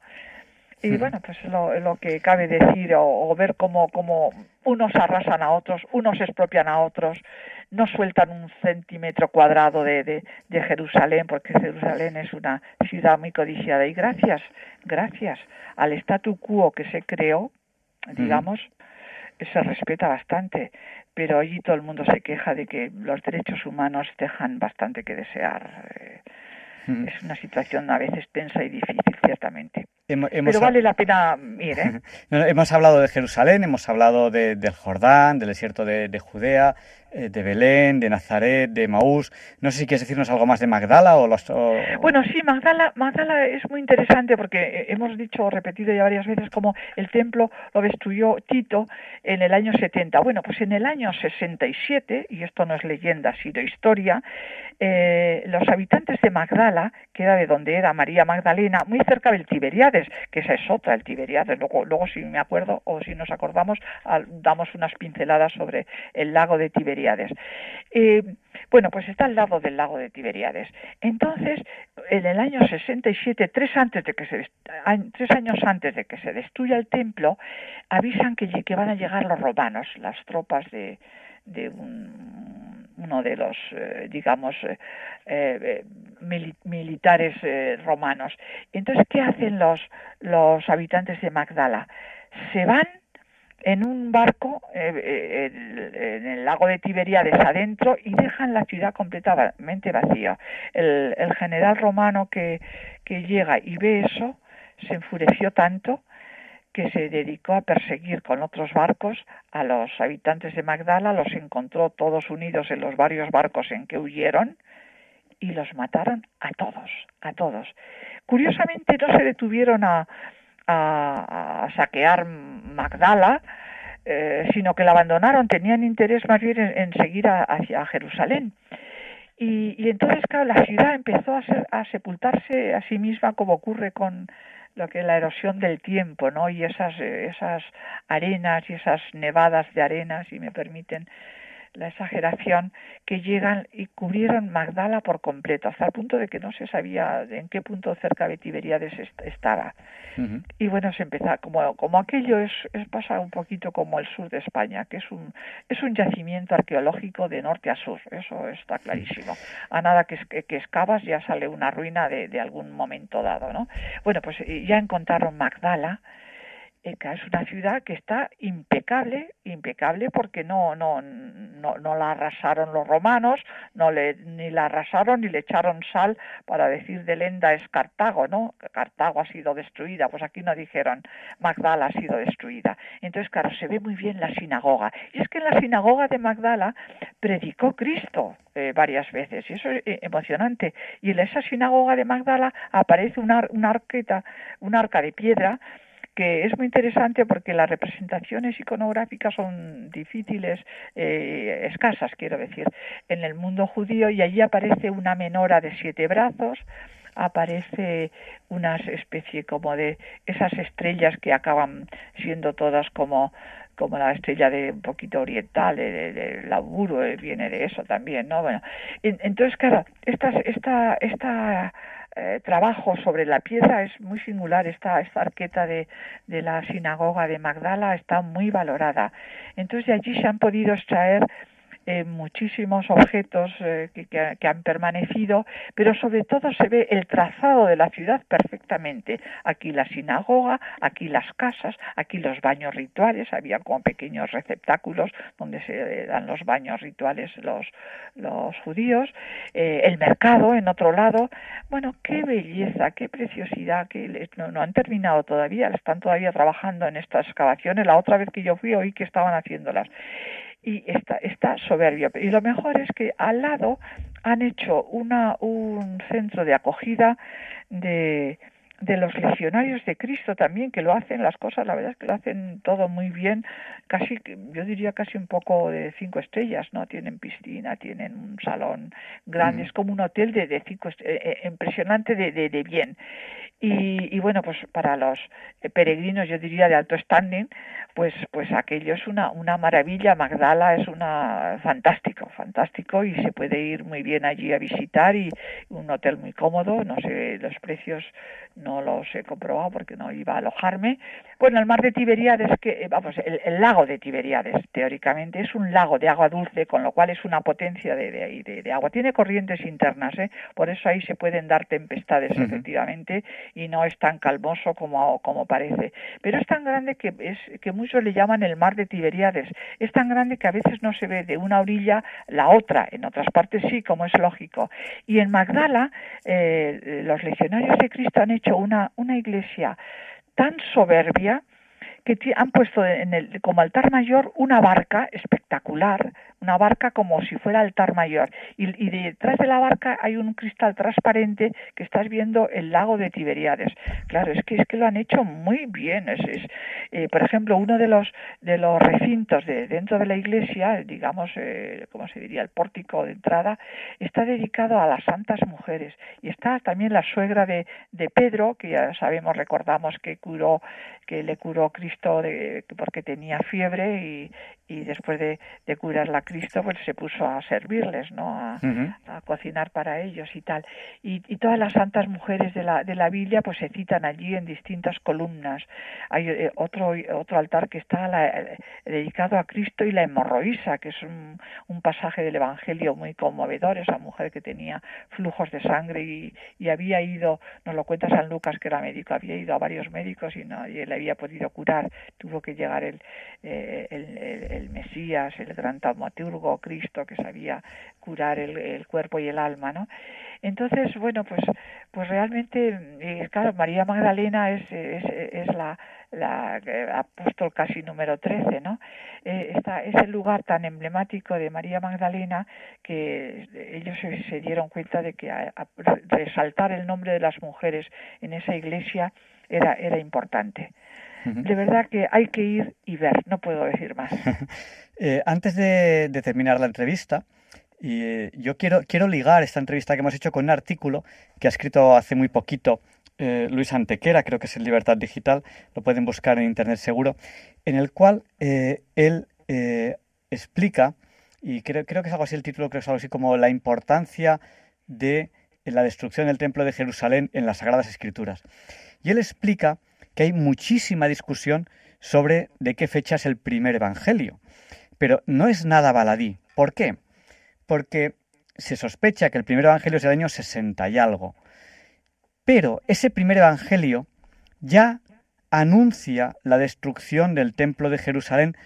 Speaker 5: Y sí. Bueno, pues lo, lo que cabe decir, o, o ver cómo, cómo unos arrasan a otros, unos expropian a otros, no sueltan un centímetro cuadrado de, de, de Jerusalén, porque Jerusalén es una ciudad muy codiciada, y gracias, gracias al statu quo que se creó, digamos, uh-huh. se respeta bastante, pero allí todo el mundo se queja de que los derechos humanos dejan bastante que desear. Eh, uh-huh. Es una situación a veces tensa y difícil, ciertamente.
Speaker 6: Hemos,
Speaker 5: Pero vale la pena ir, ¿eh?
Speaker 6: Hemos hablado de Jerusalén, hemos hablado de, del Jordán, del desierto de, de Judea, eh, de Belén, de Nazaret, de Maús. No sé si quieres decirnos algo más de Magdala o los... O...
Speaker 5: Bueno, sí, Magdala, Magdala es muy interesante, porque hemos dicho, repetido ya varias veces, como el templo lo destruyó Tito en el año setenta. Bueno, pues en el año sesenta y siete, y esto no es leyenda, sino historia, eh, los habitantes de Magdala, que era de donde era María Magdalena, muy cerca del Tiberíades, que esa es otra, el Tiberíades, luego, luego si me acuerdo o si nos acordamos, damos unas pinceladas sobre el lago de Tiberíades. Eh, bueno, pues está al lado del lago de Tiberíades. Entonces, en el año sesenta y siete, tres antes de que se tres años antes de que se destruya el templo, avisan que, que van a llegar los romanos, las tropas de de un, uno de los, eh, digamos, eh, eh, mil, militares eh, romanos. Entonces, ¿qué hacen los, los habitantes de Magdala? Se van en un barco eh, eh, en el lago de Tiberíades adentro y dejan la ciudad completamente vacía. El, el general romano que, que llega y ve eso se enfureció tanto que se dedicó a perseguir con otros barcos a los habitantes de Magdala, los encontró todos unidos en los varios barcos en que huyeron y los mataron a todos, a todos. Curiosamente no se detuvieron a, a, a saquear Magdala, eh, sino que la abandonaron, tenían interés más bien en, en seguir a, hacia Jerusalén. Y, y entonces, claro, la ciudad empezó a, ser, a sepultarse a sí misma, como ocurre con lo que es la erosión del tiempo, ¿no? Y esas, esas arenas y esas nevadas de arenas, si me permiten la exageración, que llegan y cubrieron Magdala por completo, hasta el punto de que no se sabía en qué punto cerca de Tiberíades estaba. Uh-huh. Y bueno, se empezó, como, como aquello es, es pasa un poquito como el sur de España, que es un es un yacimiento arqueológico de norte a sur, eso está clarísimo. A nada que, que, que excavas ya sale una ruina de, de algún momento dado, ¿no? Bueno, pues ya encontraron Magdala, que es una ciudad que está impecable, impecable porque no no no no la arrasaron los romanos, no le ni la arrasaron ni le echaron sal para decir de lenda es Cartago, ¿no? Cartago ha sido destruida, pues aquí no dijeron Magdala ha sido destruida. Entonces, claro, se ve muy bien la sinagoga. Y es que en la sinagoga de Magdala predicó Cristo eh, varias veces, y eso es eh, emocionante. Y en esa sinagoga de Magdala aparece una, una arqueta, una arca de piedra, que es muy interesante porque las representaciones iconográficas son difíciles, eh, escasas, quiero decir, en el mundo judío, y allí aparece una menora de siete brazos, aparece una especie como de esas estrellas que acaban siendo todas como como la estrella de un poquito oriental, de, de, de Laburo, eh, viene de eso también, ¿no? Bueno, entonces, claro, esta, esta, esta eh, trabajo sobre la piedra es muy singular. Esta, esta arqueta de, de la sinagoga de Magdala está muy valorada. Entonces, de allí se han podido extraer Eh, muchísimos objetos eh, que, que, que han permanecido, pero sobre todo se ve el trazado de la ciudad perfectamente. Aquí la sinagoga, aquí las casas, aquí los baños rituales, había como pequeños receptáculos donde se eh, dan los baños rituales los, los judíos, eh, el mercado en otro lado. Bueno, qué belleza, qué preciosidad, que les, no, no han terminado todavía, están todavía trabajando en estas excavaciones. La otra vez que yo fui oí que estaban haciéndolas. Y está, está soberbio. Y lo mejor es que al lado han hecho una un centro de acogida de, de los legionarios de Cristo también, que lo hacen las cosas, la verdad es que lo hacen todo muy bien, casi, yo diría casi un poco de cinco estrellas, ¿no? Tienen piscina, tienen un salón grande, mm. es como un hotel de, de cinco estrellas, eh, impresionante de, de, de bien. Y, y bueno, pues para los peregrinos, yo diría de alto standing, pues pues aquello es una una maravilla. Magdala es una fantástico, fantástico, y se puede ir muy bien allí a visitar, y un hotel muy cómodo. No sé, los precios no los he comprobado porque no iba a alojarme. Bueno, el mar de Tiberíades, que vamos, el, el lago de Tiberíades, teóricamente es un lago de agua dulce, con lo cual es una potencia de, de, de, de agua. Tiene corrientes internas, ¿eh? Por eso ahí se pueden dar tempestades, uh-huh. efectivamente, y no es tan calmoso como, como parece. Pero es tan grande que es que muchos le llaman el mar de Tiberíades. Es tan grande que a veces no se ve de una orilla la otra, en otras partes sí, como es lógico. Y en Magdala, eh, los legionarios de Cristo han hecho una, una iglesia tan soberbia que t- han puesto en el, como altar mayor una barca espectacular, una barca como si fuera altar mayor, y, y detrás de la barca hay un cristal transparente que estás viendo el lago de Tiberíades. Claro, es que es que lo han hecho muy bien. Es, es eh, por ejemplo, uno de los de los recintos de dentro de la iglesia, digamos, eh, ¿cómo se diría? El pórtico de entrada, está dedicado a las santas mujeres, y está también la suegra de, de Pedro, que ya sabemos, recordamos que curó, que le curó Cristo de, porque tenía fiebre, y, y después de, de curarla Cristo, pues se puso a servirles, ¿no? A, uh-huh. a cocinar para ellos y tal. Y, y todas las santas mujeres de la de la Biblia pues se citan allí en distintas columnas. Hay eh, otro otro altar que está la, eh, dedicado a Cristo y la hemorroísa, que es un, un pasaje del Evangelio muy conmovedor. Esa mujer que tenía flujos de sangre y, y había ido, nos lo cuenta San Lucas, que era médico, había ido a varios médicos y nadie le había podido curar. Tuvo que llegar el, eh, el, el, el Mesías, el gran taumaturgo, Cristo, que sabía curar el, el cuerpo y el alma, ¿no? Entonces, bueno, pues pues realmente, y claro, María Magdalena es, es, es la, la apóstol casi número trece, ¿no? Eh, esta, es el lugar tan emblemático de María Magdalena que ellos se, se dieron cuenta de que a, a resaltar el nombre de las mujeres en esa iglesia era, era importante. Uh-huh. De verdad que hay que ir y ver, no puedo decir más.
Speaker 6: eh, antes de, de terminar la entrevista, y eh, yo quiero, quiero ligar esta entrevista que hemos hecho con un artículo que ha escrito hace muy poquito eh, Luis Antequera, creo que es en Libertad Digital, lo pueden buscar en internet seguro, en el cual eh, él eh, explica, y creo, creo que es algo así el título, creo que es algo así como la importancia de la destrucción del Templo de Jerusalén en las Sagradas Escrituras. Y él explica que hay muchísima discusión sobre de qué fecha es el primer evangelio, pero no es nada baladí. ¿Por qué? Porque se sospecha que el primer evangelio es del año sesenta y algo. Pero ese primer evangelio ya anuncia la destrucción del Templo de Jerusalén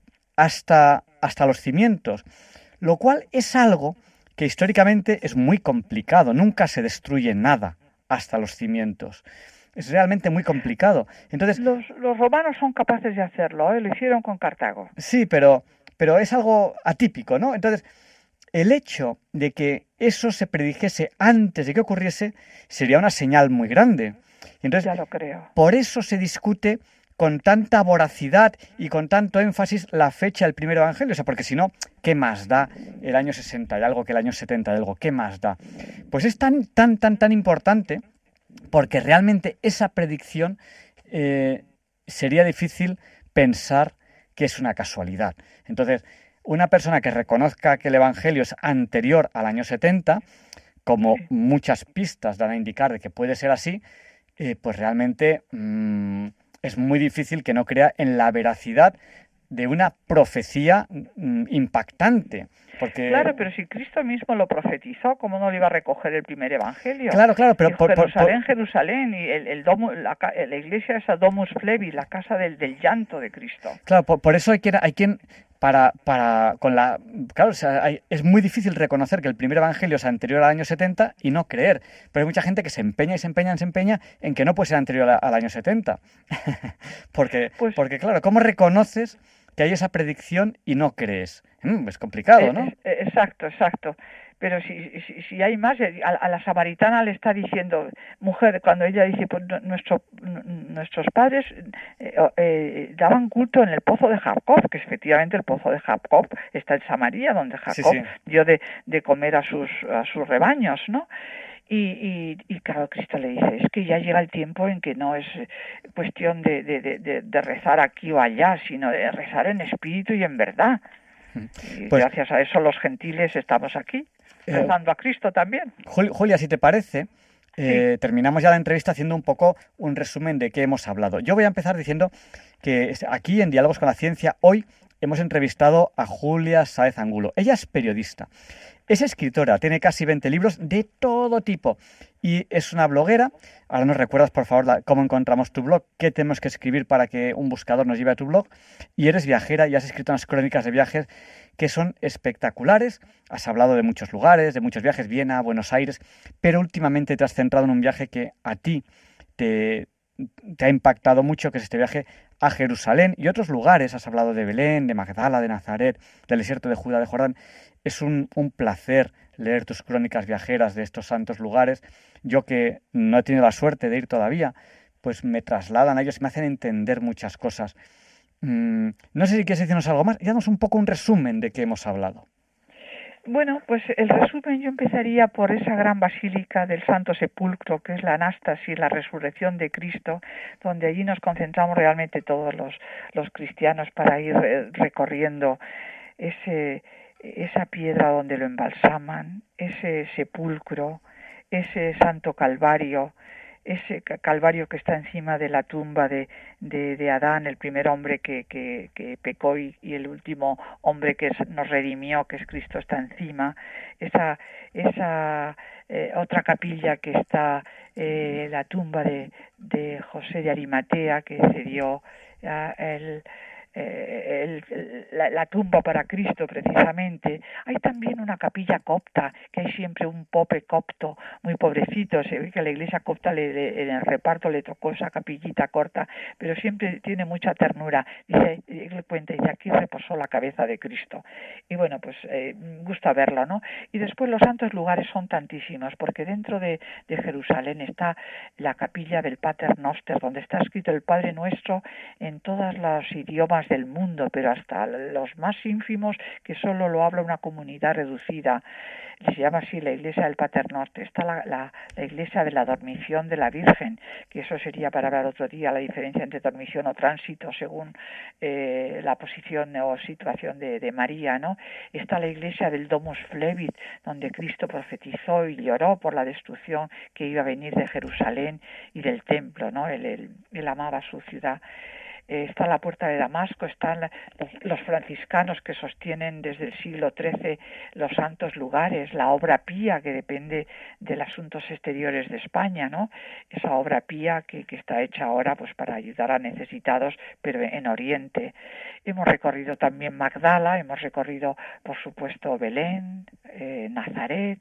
Speaker 6: hasta, hasta los cimientos, lo cual es algo que históricamente es muy complicado. Nunca se destruye nada hasta los cimientos. Es realmente muy complicado. Entonces,
Speaker 5: los, los romanos son capaces de hacerlo, ¿eh? Lo hicieron con Cartago.
Speaker 6: Sí, pero, pero es algo atípico, ¿no? Entonces, el hecho de que eso se predijese antes de que ocurriese sería una señal muy grande. Entonces,
Speaker 5: ya lo creo.
Speaker 6: Por eso se discute con tanta voracidad y con tanto énfasis la fecha del primer evangelio. O sea, porque si no, ¿qué más da el año sesenta y algo que el año setenta y algo? ¿Qué más da? Pues es tan, tan, tan, tan importante porque realmente esa predicción eh, sería difícil pensar que es una casualidad. Entonces, una persona que reconozca que el evangelio es anterior al año setenta, como sí. muchas pistas dan a indicar de que puede ser así, eh, pues realmente mmm, es muy difícil que no crea en la veracidad de una profecía mmm, impactante. Porque...
Speaker 5: Claro, pero si Cristo mismo lo profetizó, ¿cómo no le iba a recoger el primer evangelio?
Speaker 6: Claro, claro, pero...
Speaker 5: Por, Jerusalén, por, por... Jerusalén, y el, el domo, la, la iglesia esa Domus Flevi, la casa del, del llanto de Cristo.
Speaker 6: Claro, por, por eso hay quien... Hay quien Para, para, con la, claro, o sea, hay, es muy difícil reconocer que el primer evangelio es anterior al año setenta y no creer. Pero hay mucha gente que se empeña y se empeña y se empeña en que no puede ser anterior a, al año setenta. porque, pues, porque, claro, ¿cómo reconoces que hay esa predicción y no crees? Mm, es complicado, ¿no?
Speaker 5: Eh, exacto, exacto. Pero si, si, si hay más, a, a la samaritana le está diciendo, mujer, cuando ella dice, pues nuestro, nuestros padres eh, eh, daban culto en el pozo de Jacob, que efectivamente el pozo de Jacob está en Samaria, donde Jacob sí, sí. dio de, de comer a sus, a sus rebaños, ¿no? Y, y, y claro, Cristo le dice, es que ya llega el tiempo en que no es cuestión de, de, de, de rezar aquí o allá, sino de rezar en espíritu y en verdad. Y pues, gracias a eso los gentiles estamos aquí, rezando eh, a Cristo también.
Speaker 6: Julia, si te parece, eh, sí. terminamos ya la entrevista haciendo un poco un resumen de qué hemos hablado. Yo voy a empezar diciendo que aquí en Diálogos con la Ciencia, hoy hemos entrevistado a Julia Sáez Angulo. Ella es periodista, es escritora, tiene casi veinte libros de todo tipo y es una bloguera. Ahora nos recuerdas, por favor, la, cómo encontramos tu blog, qué tenemos que escribir para que un buscador nos lleve a tu blog. Y eres viajera y has escrito unas crónicas de viajes que son espectaculares. Has hablado de muchos lugares, de muchos viajes, Viena, Buenos Aires, pero últimamente te has centrado en un viaje que a ti te, te ha impactado mucho, que es este viaje a Jerusalén y otros lugares. Has hablado de Belén, de Magdala, de Nazaret, del desierto de Judá, de Jordán. Es un, un placer leer tus crónicas viajeras de estos santos lugares. Yo que no he tenido la suerte de ir todavía, pues me trasladan a ellos y me hacen entender muchas cosas. Mm, no sé si quieres decirnos algo más. Danos un poco un resumen de qué hemos hablado.
Speaker 5: Bueno, pues el resumen yo empezaría por esa gran basílica del Santo Sepulcro, que es la Anástasis, la resurrección de Cristo, donde allí nos concentramos realmente todos los, los cristianos para ir recorriendo ese... esa piedra donde lo embalsaman, ese sepulcro, ese santo calvario, ese calvario que está encima de la tumba de, de, de Adán, el primer hombre que, que, que pecó y, y el último hombre que nos redimió, que es Cristo, está encima, esa, esa eh, otra capilla que está eh, la tumba de, de José de Arimatea, que se dio uh, el eh, el, el, la, la tumba para Cristo precisamente. Hay también una capilla copta, que hay siempre un pope copto muy pobrecito. Se ve que a la iglesia copta le, le, en el reparto le tocó esa capillita corta, pero siempre tiene mucha ternura. Dice, él cuenta, dice, aquí reposó la cabeza de Cristo. Y bueno, pues eh, gusta verlo, ¿no? Y después los santos lugares son tantísimos, porque dentro de, de Jerusalén está la capilla del Pater Noster, donde está escrito el Padre Nuestro en todos los idiomas del mundo, pero hasta los más ínfimos, que solo lo habla una comunidad reducida. Se llama así la iglesia del Pater Noster. Está la, la, la iglesia de la dormición de la Virgen, que eso sería para hablar otro día, la diferencia entre dormición o tránsito según eh, la posición o situación de, de María, ¿no? Está la iglesia del Domus Flevit, donde Cristo profetizó y lloró por la destrucción que iba a venir de Jerusalén y del templo, ¿no? Él, él, él amaba su ciudad. Eh, está la puerta de Damasco, están los, los franciscanos que sostienen desde el siglo trece los santos lugares, la obra pía que depende de los asuntos exteriores de España, ¿no? Esa obra pía que, que está hecha ahora pues para ayudar a necesitados, pero en Oriente. Hemos recorrido también Magdala, hemos recorrido por supuesto Belén, eh, Nazaret,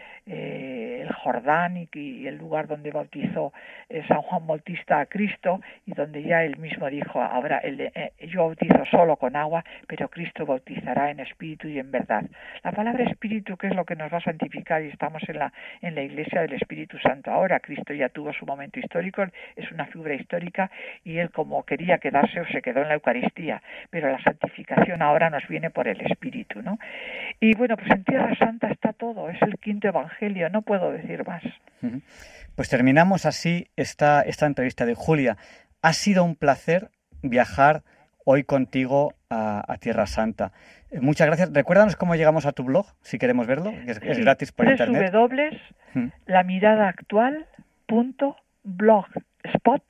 Speaker 5: Eh, el Jordán y, y el lugar donde bautizó eh, San Juan Bautista a Cristo, y donde ya él mismo dijo, ahora el, eh, yo bautizo solo con agua, pero Cristo bautizará en espíritu y en verdad. La palabra espíritu, que es lo que nos va a santificar, y estamos en la en la iglesia del Espíritu Santo ahora. Cristo ya tuvo su momento histórico, es una figura histórica, y él, como quería quedarse, se quedó en la Eucaristía, pero la santificación ahora nos viene por el espíritu, ¿no? Y bueno, pues en Tierra Santa está todo, es el quinto evangelio, no puedo decir más.
Speaker 6: Pues terminamos así esta, esta entrevista de Julia. Ha sido un placer viajar hoy contigo a, a Tierra Santa. Eh, muchas gracias. Recuérdanos cómo llegamos a tu blog, si queremos verlo, que es, sí, es gratis por internet.
Speaker 5: doble u doble u doble u punto la mirada actual punto blogspot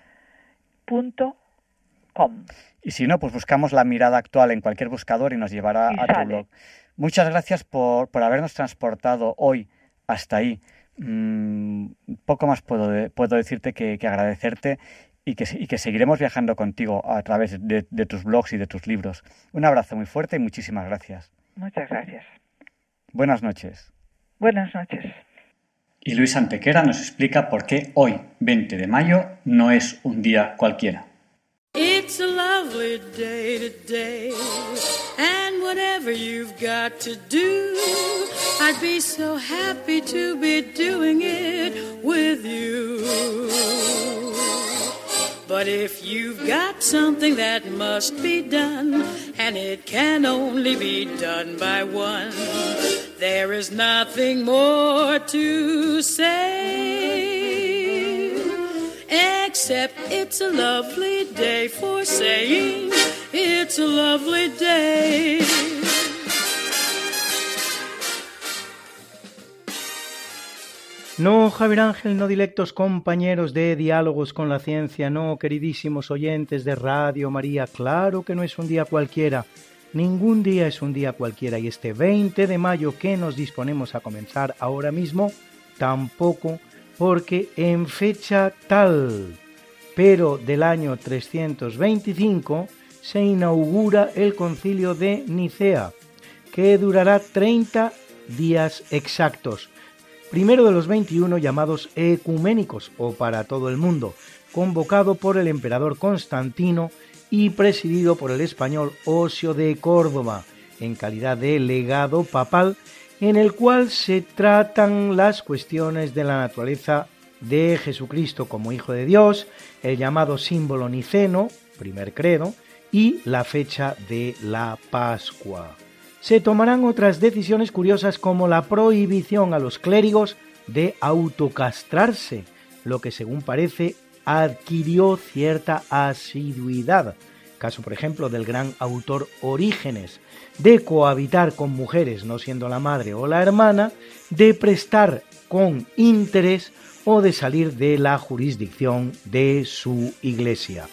Speaker 5: punto com.
Speaker 6: Y si no, pues buscamos La Mirada Actual en cualquier buscador y nos llevará
Speaker 5: y
Speaker 6: a
Speaker 5: sale.
Speaker 6: tu blog. Muchas gracias por, por habernos transportado hoy hasta ahí. Mm, poco más puedo, de, puedo decirte que, que agradecerte y que, y que seguiremos viajando contigo a través de, de tus blogs y de tus libros. Un abrazo muy fuerte y muchísimas gracias.
Speaker 5: Muchas gracias.
Speaker 6: Buenas noches.
Speaker 5: Buenas noches.
Speaker 2: Y Luis Antequera nos explica por qué hoy, veinte de mayo, no es un día cualquiera.
Speaker 7: It's a lovely day today, and whatever you've got to do, I'd be so happy to be doing it with you. But if you've got something that must be done, and it can only be done by one, there is nothing more to say. Except it's a lovely day for saying it's a lovely day.
Speaker 8: No, Javier Ángel, no, directos compañeros de Diálogos con la Ciencia, no, queridísimos oyentes de Radio María, claro que no es un día cualquiera, ningún día es un día cualquiera, y este veinte de mayo que nos disponemos a comenzar ahora mismo, tampoco, porque en fecha tal, pero del año trescientos veinticinco, se inaugura el Concilio de Nicea, que durará treinta días exactos, primero de los veintiuno llamados ecuménicos, o para todo el mundo, convocado por el emperador Constantino y presidido por el español Osio de Córdoba, en calidad de legado papal, en el cual se tratan las cuestiones de la naturaleza de Jesucristo como Hijo de Dios, el llamado símbolo niceno, primer credo, y la fecha de la Pascua. Se tomarán otras decisiones curiosas como la prohibición a los clérigos de autocastrarse, lo que según parece adquirió cierta asiduidad, caso por ejemplo del gran autor Orígenes, de cohabitar con mujeres no siendo la madre o la hermana, de prestar con interés o de salir de la jurisdicción de su iglesia.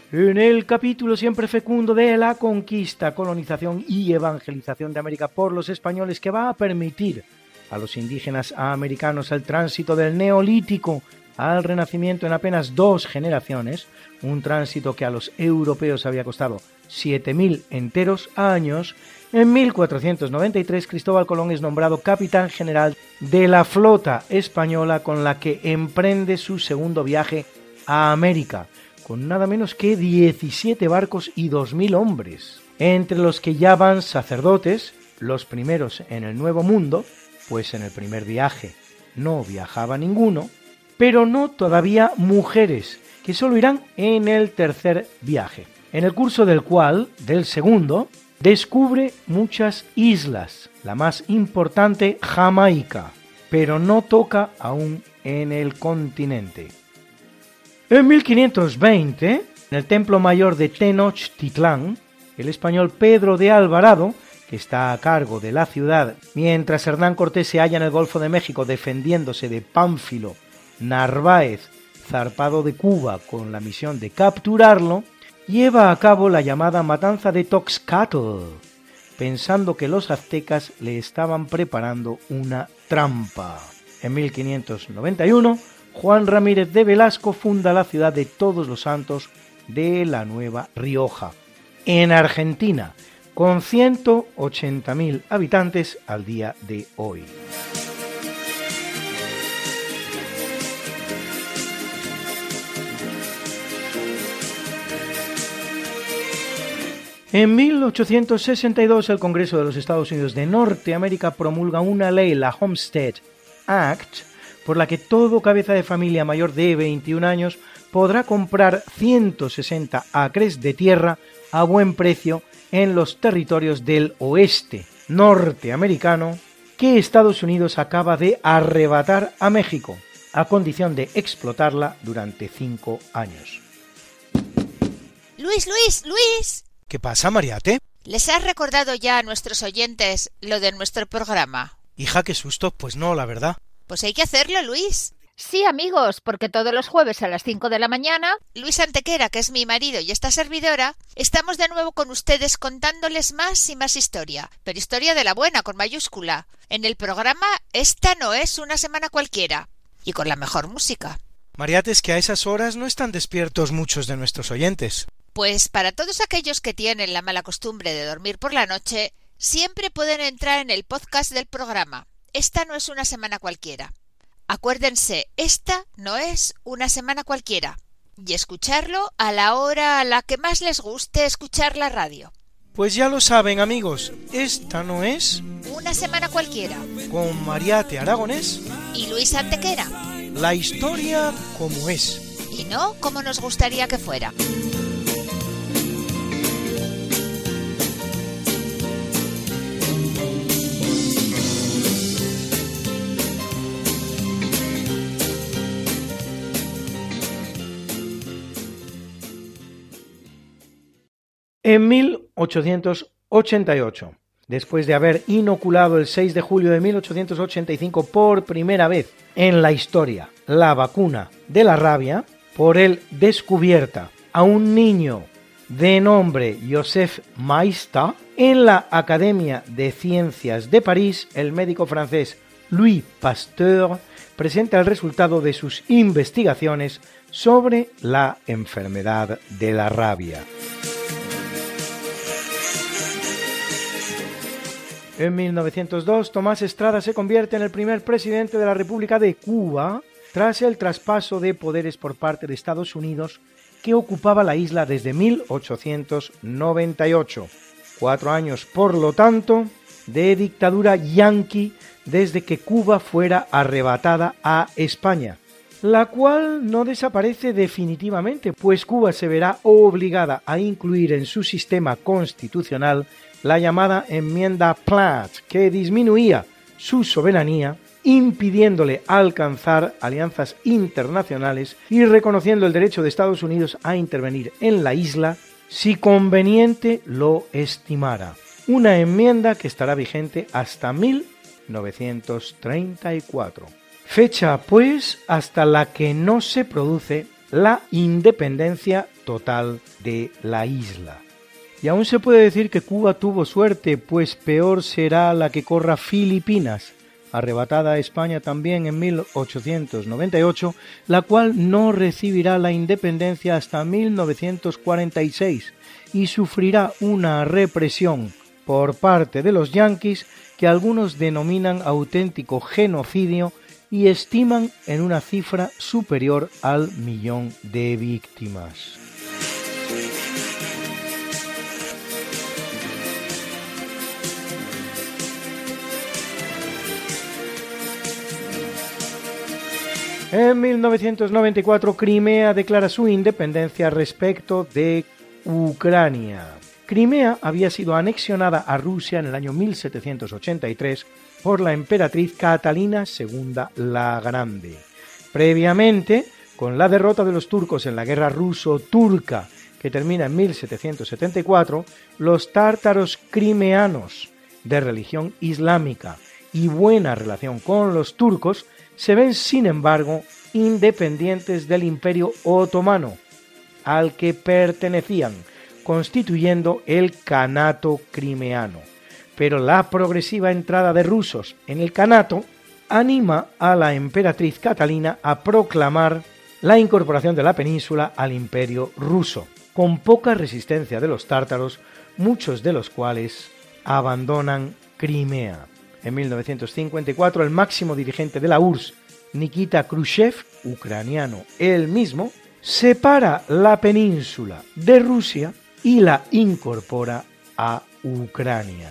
Speaker 8: En el capítulo siempre fecundo de la conquista, colonización y evangelización de América por los españoles, que va a permitir a los indígenas americanos el tránsito del Neolítico al Renacimiento en apenas dos generaciones, un tránsito que a los europeos había costado siete mil enteros años. En mil cuatrocientos noventa y tres Cristóbal Colón es nombrado capitán general de la flota española, con la que emprende su segundo viaje a América, con nada menos que diecisiete barcos y dos mil hombres, entre los que ya van sacerdotes, los primeros en el Nuevo Mundo, pues en el primer viaje no viajaba ninguno, pero no todavía mujeres, que solo irán en el tercer viaje, en el curso del cual, del segundo, descubre muchas islas, la más importante Jamaica, pero no toca aún en el continente. En mil quinientos veinte, en el Templo Mayor de Tenochtitlán, el español Pedro de Alvarado, que está a cargo de la ciudad, mientras Hernán Cortés se halla en el Golfo de México defendiéndose de Pánfilo Narváez, zarpado de Cuba con la misión de capturarlo, lleva a cabo la llamada matanza de Toxcatl, pensando que los aztecas le estaban preparando una trampa. En mil quinientos noventa y uno, Juan Ramírez de Velasco funda la ciudad de Todos los Santos de la Nueva Rioja, en Argentina, con ciento ochenta mil habitantes al día de hoy. En mil ochocientos sesenta y dos, el Congreso de los Estados Unidos de Norteamérica promulga una ley, la Homestead Act, por la que todo cabeza de familia mayor de veintiún años podrá comprar ciento sesenta acres de tierra a buen precio en los territorios del oeste norteamericano que Estados Unidos acaba de arrebatar a México, a condición de explotarla durante cinco años.
Speaker 9: Luis, Luis, Luis.
Speaker 10: ¿Qué pasa, Mariate?
Speaker 9: ¿Les has recordado ya a nuestros oyentes lo de nuestro programa?
Speaker 10: Hija, qué susto, pues no, la verdad.
Speaker 9: Pues hay que hacerlo, Luis.
Speaker 11: Sí, amigos, porque todos los jueves a las cinco de la mañana,
Speaker 9: Luis Antequera, que es mi marido y esta servidora, estamos de nuevo con ustedes contándoles más y más historia, pero historia de la buena, con mayúscula, en el programa Esta no es una semana cualquiera, y con la mejor música.
Speaker 10: Mariate, es que a esas horas no están despiertos muchos de nuestros oyentes.
Speaker 9: Pues para todos aquellos que tienen la mala costumbre de dormir por la noche, siempre pueden entrar en el podcast del programa. Esta no es una semana cualquiera. Acuérdense, esta no es una semana cualquiera. Y escucharlo a la hora a la que más les guste escuchar la radio.
Speaker 10: Pues ya lo saben, amigos, esta no es
Speaker 9: una semana cualquiera.
Speaker 10: Con Mariate Aragonés
Speaker 9: y Luis Antequera.
Speaker 10: La historia como es.
Speaker 9: Y no como nos gustaría que fuera.
Speaker 8: En mil ochocientos ochenta y ocho, después de haber inoculado el seis de julio de mil ochocientos ochenta y cinco por primera vez en la historia la vacuna de la rabia, por él descubierta a un niño de nombre Joseph Maista, en la Academia de Ciencias de París, el médico francés Louis Pasteur presenta el resultado de sus investigaciones sobre la enfermedad de la rabia. En mil novecientos dos, Tomás Estrada se convierte en el primer presidente de la República de Cuba tras el traspaso de poderes por parte de Estados Unidos, que ocupaba la isla desde mil ochocientos noventa y ocho. Cuatro años, por lo tanto, de dictadura yanqui desde que Cuba fuera arrebatada a España, la cual no desaparece definitivamente, pues Cuba se verá obligada a incluir en su sistema constitucional la llamada enmienda Platt, que disminuía su soberanía, impidiéndole alcanzar alianzas internacionales y reconociendo el derecho de Estados Unidos a intervenir en la isla si conveniente lo estimara. Una enmienda que estará vigente hasta mil novecientos treinta y cuatro. Fecha, pues, hasta la que no se produce la independencia total de la isla. Y aún se puede decir que Cuba tuvo suerte, pues peor será la que corra Filipinas, arrebatada a España también en mil ochocientos noventa y ocho, la cual no recibirá la independencia hasta mil novecientos cuarenta y seis y sufrirá una represión por parte de los yanquis que algunos denominan auténtico genocidio y estiman en una cifra superior al millón de víctimas. En mil novecientos noventa y cuatro, Crimea declara su independencia respecto de Ucrania. Crimea había sido anexionada a Rusia en el año mil setecientos ochenta y tres por la emperatriz Catalina segunda la Grande. Previamente, con la derrota de los turcos en la guerra ruso-turca, que termina en mil setecientos setenta y cuatro, los tártaros crimeanos, de religión islámica y buena relación con los turcos, se ven, sin embargo, independientes del Imperio Otomano, al que pertenecían, constituyendo el Kanato crimeano. Pero la progresiva entrada de rusos en el Kanato anima a la emperatriz Catalina a proclamar la incorporación de la península al Imperio ruso, con poca resistencia de los tártaros, muchos de los cuales abandonan Crimea. En mil novecientos cincuenta y cuatro, el máximo dirigente de la U R S S, Nikita Khrushchev, ucraniano él mismo, separa la península de Rusia y la incorpora a Ucrania.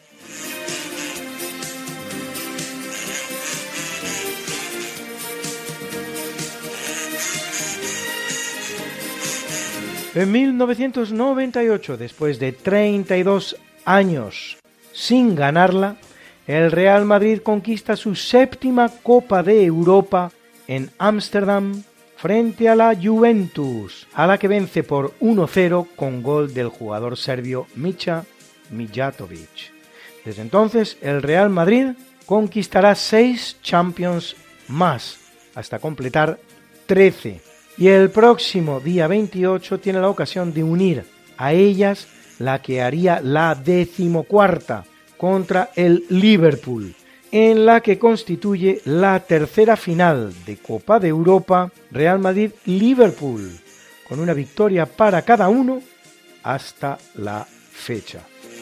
Speaker 8: En mil novecientos noventa y ocho, después de treinta y dos años sin ganarla, el Real Madrid conquista su séptima Copa de Europa en Ámsterdam frente a la Juventus, a la que vence por uno cero con gol del jugador serbio Micha Mijatovic. Desde entonces, el Real Madrid conquistará seis Champions más, hasta completar trece. Y el próximo día veintiocho tiene la ocasión de unir a ellas la que haría la decimocuarta contra el Liverpool, en la que constituye la tercera final de Copa de Europa Real Madrid-Liverpool, con una victoria para cada uno hasta la fecha.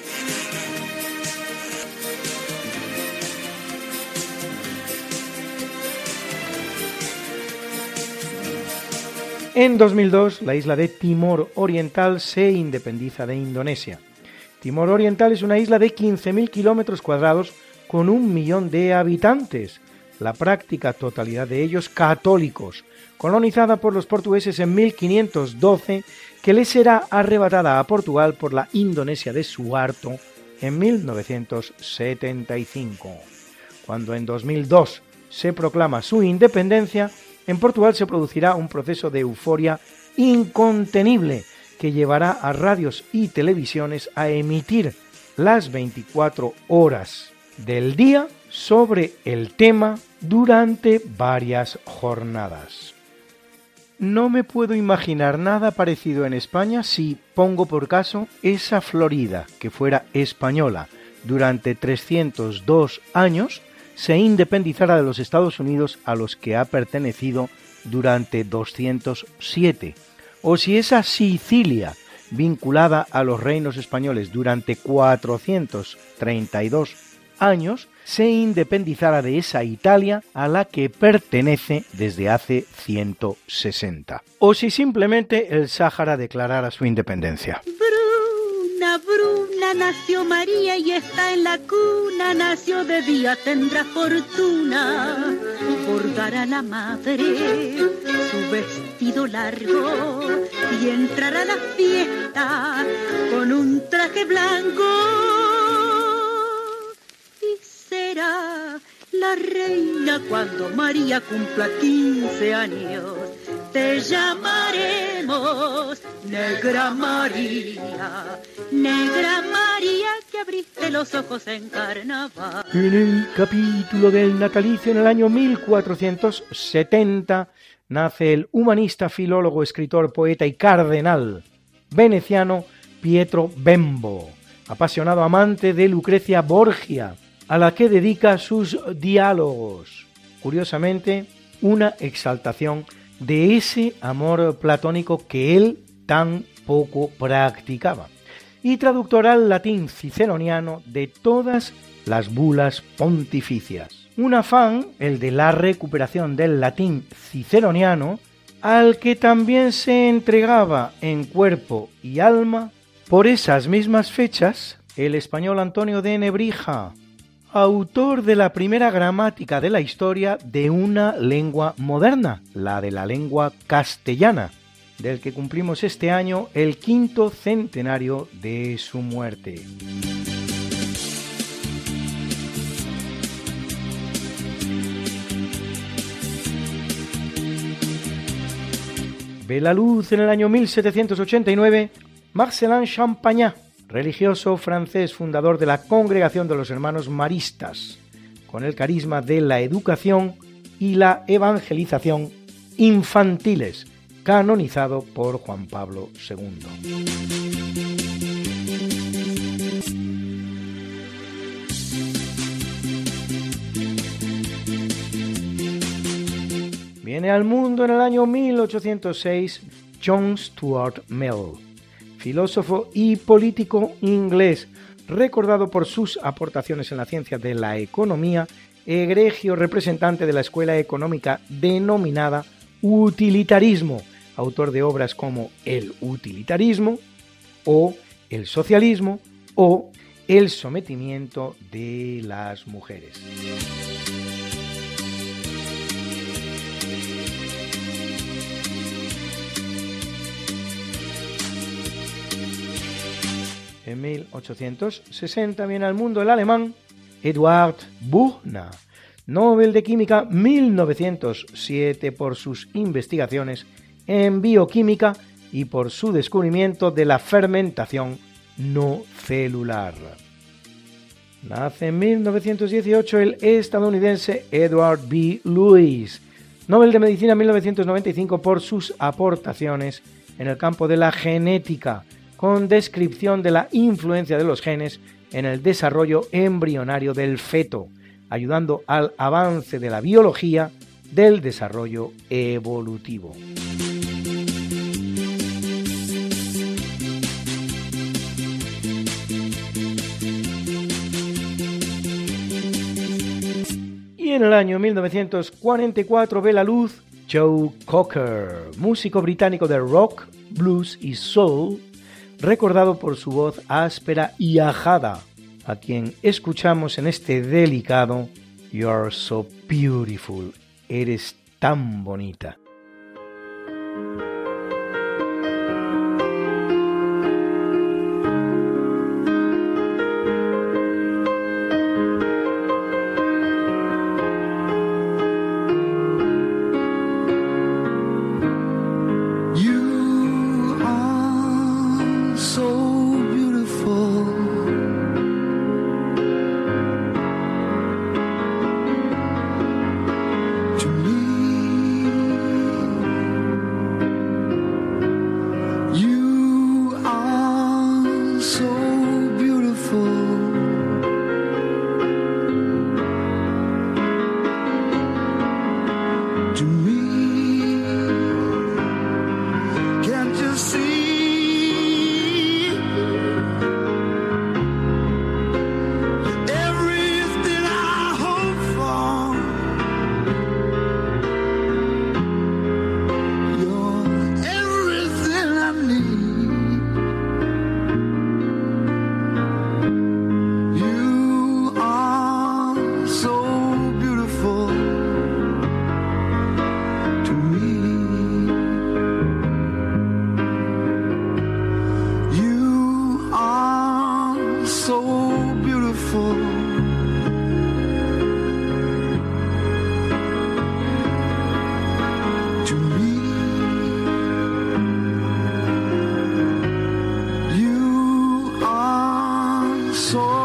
Speaker 8: En dos mil dos, la isla de Timor Oriental se independiza de Indonesia. Timor Oriental es una isla de quince mil kilómetros cuadrados con un millón de habitantes, la práctica totalidad de ellos católicos, colonizada por los portugueses en mil quinientos doce, que le será arrebatada a Portugal por la Indonesia de Suharto en mil novecientos setenta y cinco. Cuando en dos mil dos se proclama su independencia, en Portugal se producirá un proceso de euforia incontenible que llevará a radios y televisiones a emitir las veinticuatro horas del día sobre el tema durante varias jornadas. No me puedo imaginar nada parecido en España si pongo por caso esa Florida, que fuera española, durante trescientos dos años, se independizara de los Estados Unidos a los que ha pertenecido durante doscientos siete. O si esa Sicilia, vinculada a los reinos españoles durante cuatrocientos treinta y dos años, se independizara de esa Italia a la que pertenece desde hace ciento sesenta. O si simplemente el Sáhara declarara su independencia.
Speaker 12: Bruna, Bruna, nació María y está en la cuna, nació de día, tendrá fortuna, bordará la madre su vestido largo y entrará a la fiesta con un traje blanco y será la reina cuando María cumpla quince años. Te llamaremos Negra María, Negra María, que abriste los ojos en carnaval.
Speaker 8: En el capítulo del natalicio, en el año mil cuatrocientos setenta, nace el humanista, filólogo, escritor, poeta y cardenal veneciano Pietro Bembo, apasionado amante de Lucrecia Borgia, a la que dedica sus diálogos. Curiosamente, una exaltación de ese amor platónico que él tan poco practicaba, y traductor al latín ciceroniano de todas las bulas pontificias. Un afán, el de la recuperación del latín ciceroniano, al que también se entregaba en cuerpo y alma. Por esas mismas fechas, el español Antonio de Nebrija, autor de la primera gramática de la historia de una lengua moderna, la de la lengua castellana, del que cumplimos este año el quinto centenario de su muerte. Ve la luz en el año mil setecientos ochenta y nueve Marcellin Champagnat, religioso francés fundador de la Congregación de los Hermanos Maristas, con el carisma de la educación y la evangelización infantiles, canonizado por Juan Pablo segundo. Viene al mundo en el año mil ochocientos seis John Stuart Mill, filósofo y político inglés, recordado por sus aportaciones en la ciencia de la economía, egregio representante de la escuela económica denominada utilitarismo, autor de obras como El utilitarismo o El socialismo o El sometimiento de las mujeres. En mil ochocientos sesenta viene al mundo el alemán Eduard Buchner, Nobel de Química mil novecientos siete por sus investigaciones en bioquímica y por su descubrimiento de la fermentación no celular. Nace en mil novecientos dieciocho el estadounidense Edward B. Lewis, Nobel de Medicina mil novecientos noventa y cinco por sus aportaciones en el campo de la genética, con descripción de la influencia de los genes en el desarrollo embrionario del feto, ayudando al avance de la biología del desarrollo evolutivo. Y en el año mil novecientos cuarenta y cuatro ve la luz Joe Cocker, músico británico de rock, blues y soul, recordado por su voz áspera y ajada, a quien escuchamos en este delicado You're so beautiful, eres tan bonita.
Speaker 13: So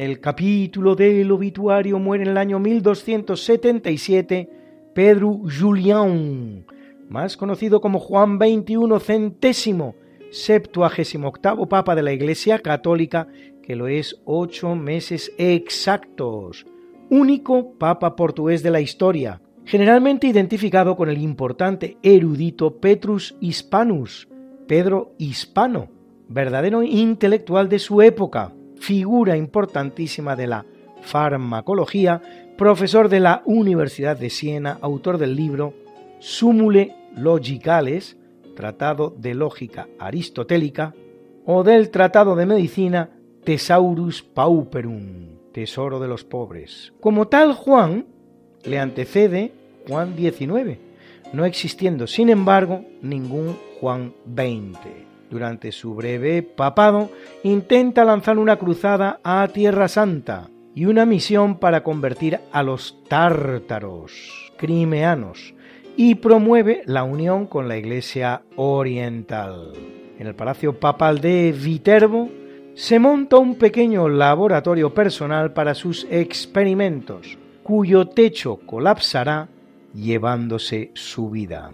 Speaker 8: el capítulo del obituario muere en el año mil doscientos setenta y siete Pedro Julián, más conocido como Juan veintiuno centésimo, septuagésimo octavo Papa de la Iglesia Católica, que lo es ocho meses exactos, único Papa portugués de la historia, generalmente identificado con el importante erudito Petrus Hispanus, Pedro Hispano, verdadero intelectual de su época, figura importantísima de la farmacología, profesor de la Universidad de Siena, autor del libro Sumule Logicales, Tratado de Lógica Aristotélica, o del Tratado de Medicina Thesaurus Pauperum, Tesoro de los Pobres. Como tal, Juan le antecede Juan diecinueve, no existiendo, sin embargo, ningún Juan veinte. Durante su breve papado, intenta lanzar una cruzada a Tierra Santa y una misión para convertir a los tártaros crimeanos y promueve la unión con la Iglesia Oriental. En el Palacio Papal de Viterbo se monta un pequeño laboratorio personal para sus experimentos, cuyo techo colapsará llevándose su vida.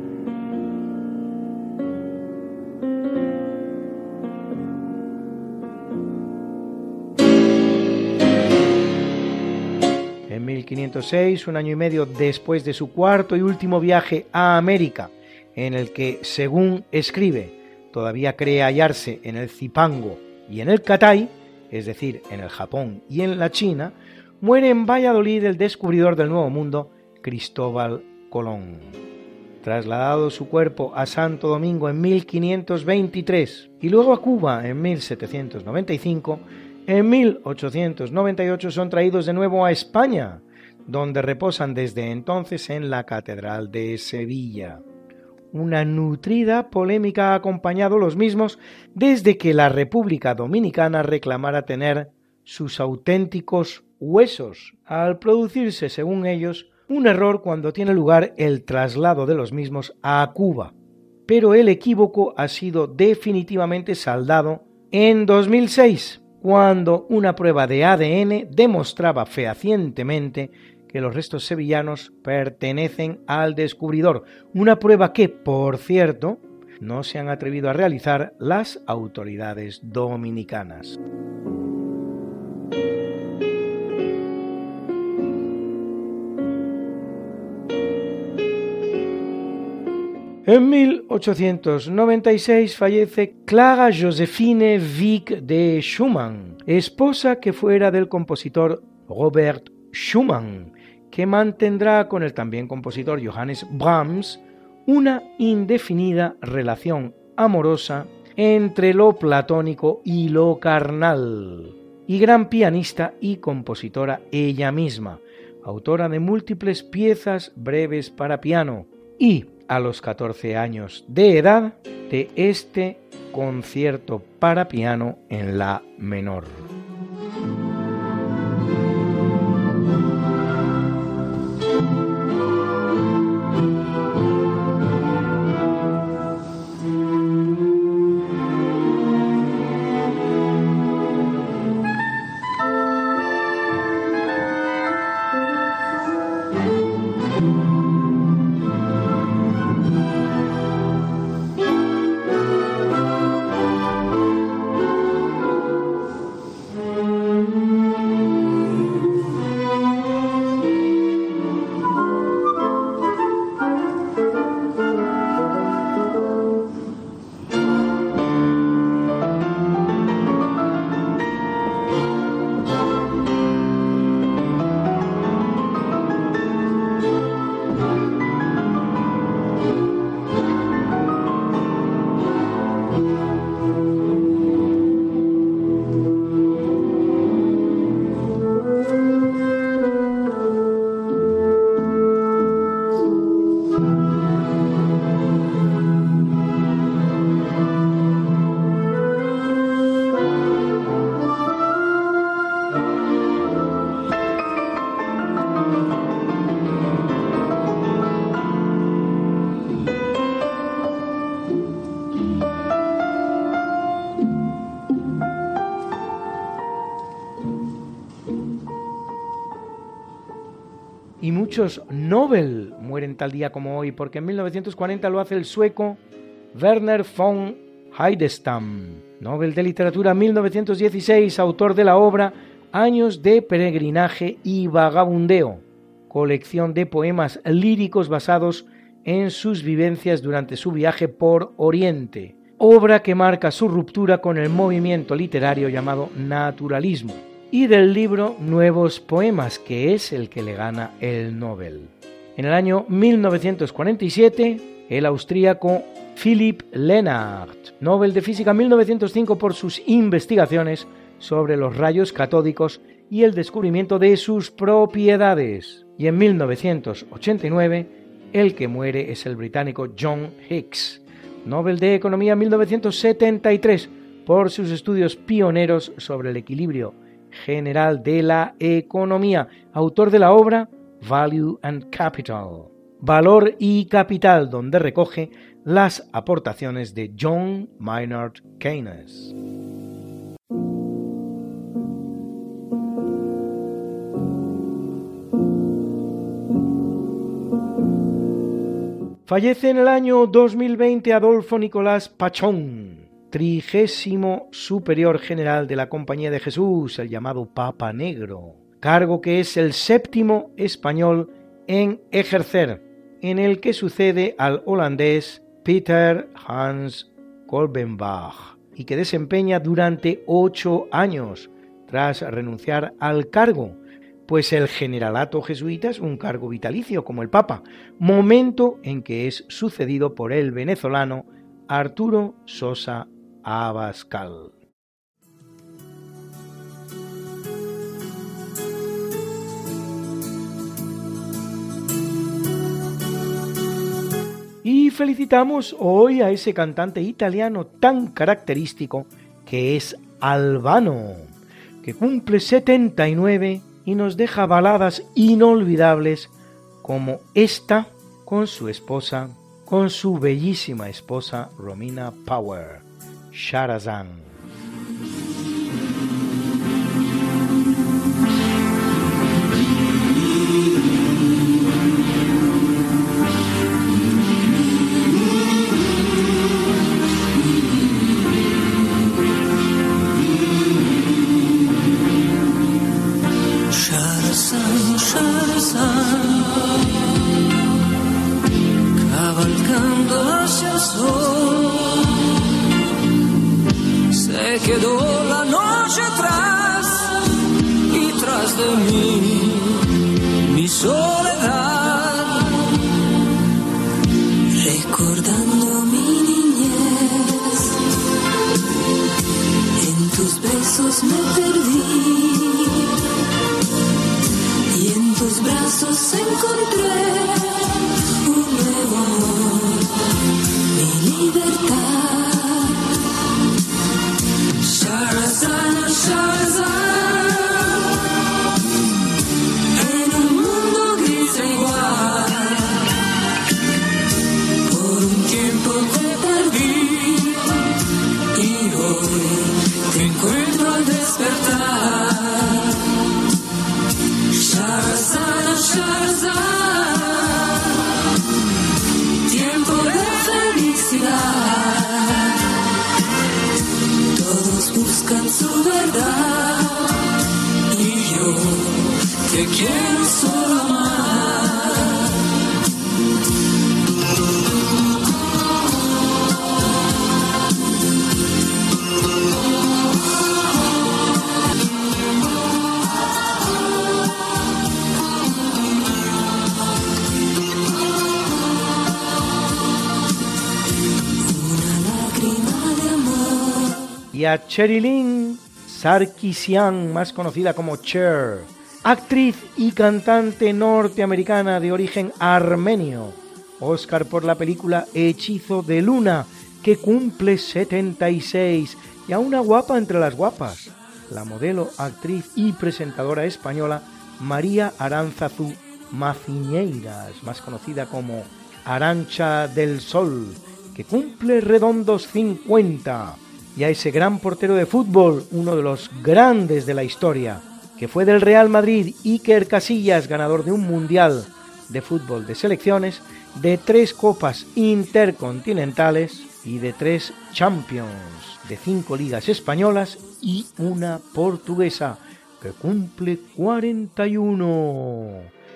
Speaker 8: En mil quinientos seis, un año y medio después de su cuarto y último viaje a América, en el que, según escribe, todavía cree hallarse en el Zipango y en el Catay, es decir, en el Japón y en la China, muere en Valladolid el descubridor del Nuevo Mundo, Cristóbal Colón. Trasladado su cuerpo a Santo Domingo en mil quinientos veintitrés y luego a Cuba en mil setecientos noventa y cinco, en mil ochocientos noventa y ocho son traídos de nuevo a España, donde reposan desde entonces en la Catedral de Sevilla. Una nutrida polémica ha acompañado los mismos desde que la República Dominicana reclamara tener sus auténticos huesos, al producirse, según ellos, un error cuando tiene lugar el traslado de los mismos a Cuba. Pero el equívoco ha sido definitivamente saldado en dos mil seis, cuando una prueba de A D N demostraba fehacientemente que los restos sevillanos pertenecen al descubridor, una prueba que, por cierto, no se han atrevido a realizar las autoridades dominicanas. En mil ochocientos noventa y seis fallece Clara Josephine Wieck de Schumann, esposa que fuera del compositor Robert Schumann, que mantendrá con el también compositor Johannes Brahms una indefinida relación amorosa entre lo platónico y lo carnal, y gran pianista y compositora ella misma, autora de múltiples piezas breves para piano, y a los catorce años de edad de este concierto para piano en la menor. muchos Nobel mueren tal día como hoy, porque en mil novecientos cuarenta lo hace el sueco Werner von Heidestam. Nobel de Literatura mil novecientos dieciséis, autor de la obra Años de peregrinaje y vagabundeo, colección de poemas líricos basados en sus vivencias durante su viaje por Oriente, obra que marca su ruptura con el movimiento literario llamado naturalismo, y del libro Nuevos Poemas, que es el que le gana el Nobel. En el año mil novecientos cuarenta y siete, el austríaco Philipp Lenard, Nobel de Física mil novecientos cinco por sus investigaciones sobre los rayos catódicos y el descubrimiento de sus propiedades. Y en mil novecientos ochenta y nueve, el que muere es el británico John Hicks, Nobel de Economía mil novecientos setenta y tres por sus estudios pioneros sobre el equilibrio general de la economía, autor de la obra Value and Capital, Valor y Capital, donde recoge las aportaciones de John Maynard Keynes. Fallece en el año dos mil veinte Adolfo Nicolás Pachón, trigésimo superior general de la Compañía de Jesús, el llamado Papa Negro, cargo que es el séptimo español en ejercer, en el que sucede al holandés Peter Hans Kolbenbach, y que desempeña durante ocho años, tras renunciar al cargo, pues el generalato jesuita es un cargo vitalicio como el Papa, momento en que es sucedido por el venezolano Arturo Sosa Abascal. Y felicitamos hoy a ese cantante italiano tan característico que es Albano, que cumple setenta y nueve y nos deja baladas inolvidables como esta con su esposa, con su bellísima esposa Romina Power, Shahrazad.
Speaker 13: Cavalcando hacia el sol, se quedó la noche atrás y tras de mí mi soledad, recordando mi niñez, en tus besos me perdí y en tus brazos encontré un nuevo amor, mi libertad. Shahrazad, Shahrazad, en un mundo gris e igual, por un tiempo te perdí y hoy te encuentro al despertar. Shahrazad, Shahrazad, tiempo de felicidad, todos buscan su verdad y yo te quiero solo amar.
Speaker 8: Y a Sherilyn Sarkisian, más conocida como Cher, actriz y cantante norteamericana de origen armenio, Oscar por la película Hechizo de Luna, que cumple setenta y seis, y a una guapa entre las guapas, la modelo, actriz y presentadora española María Aránzazu Maciñeiras, más conocida como Arantxa del Sol, que cumple redondos cincuenta, y a ese gran portero de fútbol, uno de los grandes de la historia, que fue del Real Madrid, Iker Casillas, ganador de un mundial, de fútbol de selecciones, de tres copas intercontinentales y de tres Champions, de cinco ligas españolas y una portuguesa, que cumple cuarenta y uno.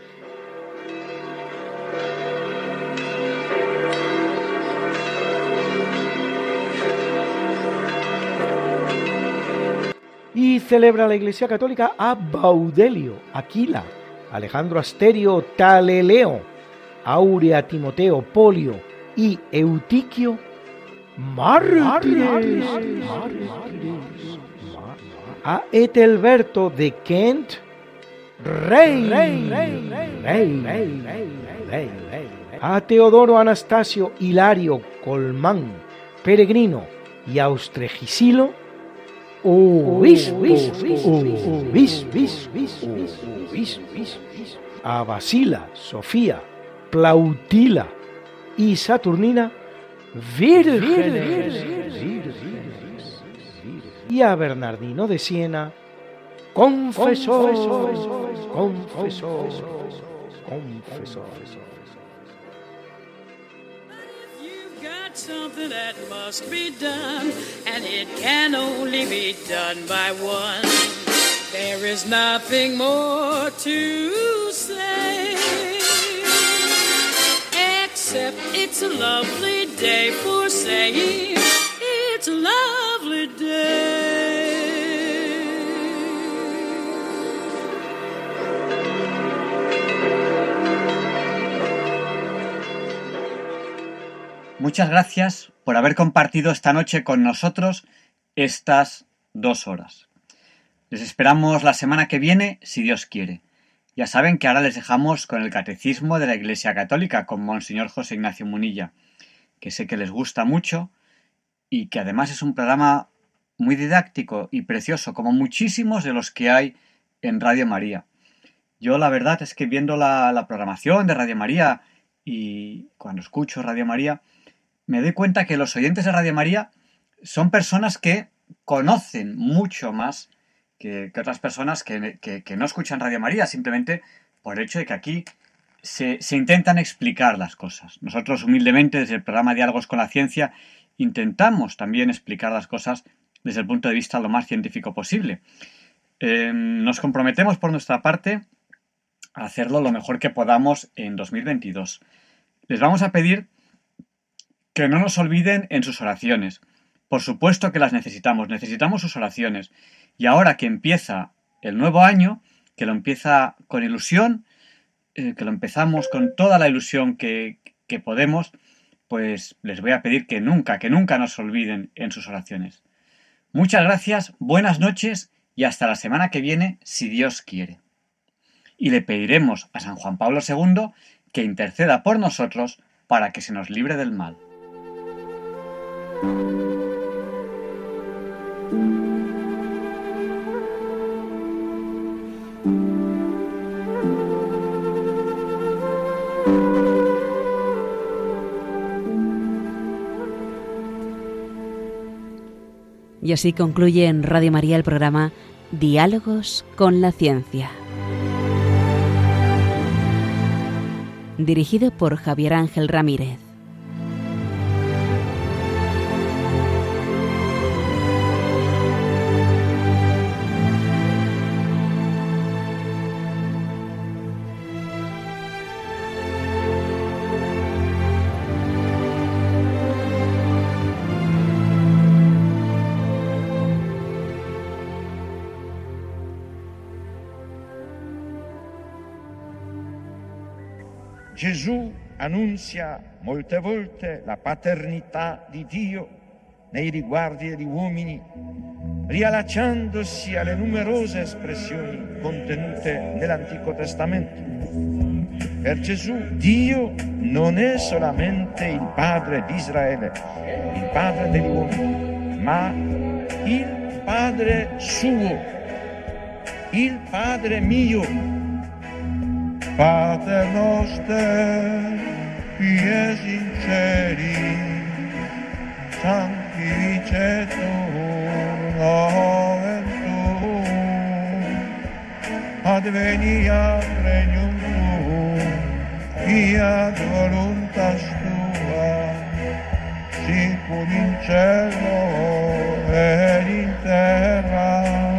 Speaker 8: Y celebra la Iglesia Católica a Baudelio, Aquila, Alejandro Asterio, Taleleo, Aurea, Timoteo, Polio y Eutiquio, mártires. A Etelberto de Kent, rey. A Teodoro Anastasio Hilario Colmán, peregrino, y Austregisilo, obispo, a Basila, Sofía, Plautila y Saturnina, vírgenes, y a Bernardino de Siena, confesor, confesor, confesor.
Speaker 7: Something that must be done, and it can only be done by one. There is nothing more to say, except it's a lovely day for saying it's a lovely day.
Speaker 2: Muchas gracias por haber compartido esta noche con nosotros estas dos horas. Les esperamos la semana que viene, si Dios quiere. Ya saben que ahora les dejamos con el Catecismo de la Iglesia Católica con Monseñor José Ignacio Munilla, que sé que les gusta mucho y que además es un programa muy didáctico y precioso, como muchísimos de los que hay en Radio María. Yo la verdad es que viendo la, la programación de Radio María y cuando escucho Radio María, me doy cuenta que los oyentes de Radio María son personas que conocen mucho más que, que otras personas que, que, que no escuchan Radio María, simplemente por el hecho de que aquí se, se intentan explicar las cosas. Nosotros humildemente desde el programa Diálogos con la Ciencia intentamos también explicar las cosas desde el punto de vista lo más científico posible. Eh, nos comprometemos por nuestra parte a hacerlo lo mejor que podamos en dos mil veintidós. Les vamos a pedir que no nos olviden en sus oraciones. Por supuesto que las necesitamos, necesitamos sus oraciones. Y ahora que empieza el nuevo año, que lo empieza con ilusión, eh, que lo empezamos con toda la ilusión que, que podemos, pues les voy a pedir que nunca, que nunca nos olviden en sus oraciones. Muchas gracias, buenas noches y hasta la semana que viene, si Dios quiere. Y le pediremos a San Juan Pablo segundo que interceda por nosotros para que se nos libre del mal.
Speaker 1: Y así concluye en Radio María el programa Diálogos con la Ciencia, dirigido por Javier Ángel Ramírez.
Speaker 14: Gesù annunzia molte volte la paternità di Dio nei riguardi degli uomini, riallacciandosi alle numerose espressioni contenute nell'Antico Testamento. Per Gesù Dio non è solamente il Padre di Israele, il Padre degli uomini, ma il Padre suo, il Padre mio. Pater noster, qui es in celi, sanctificetur nomen tuum, adveniat regnum tuum, fiat voluntas tua, sicur in cielo ed in terra.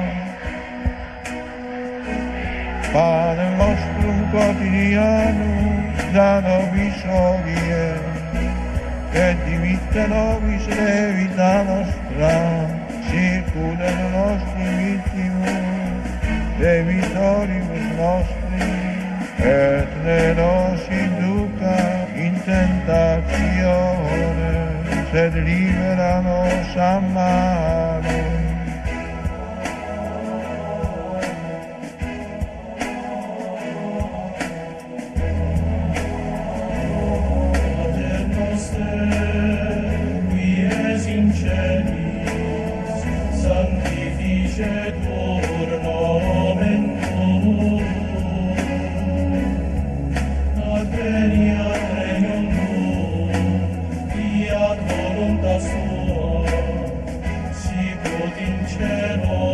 Speaker 14: Pane nostrum quotidianum da nobis hodie, et dimitte nobis levita nostra, sicur et nostri vittimus, debitoribus nostri, et ne nos induca in tentatione, sed libera nos a malo.
Speaker 15: Cielo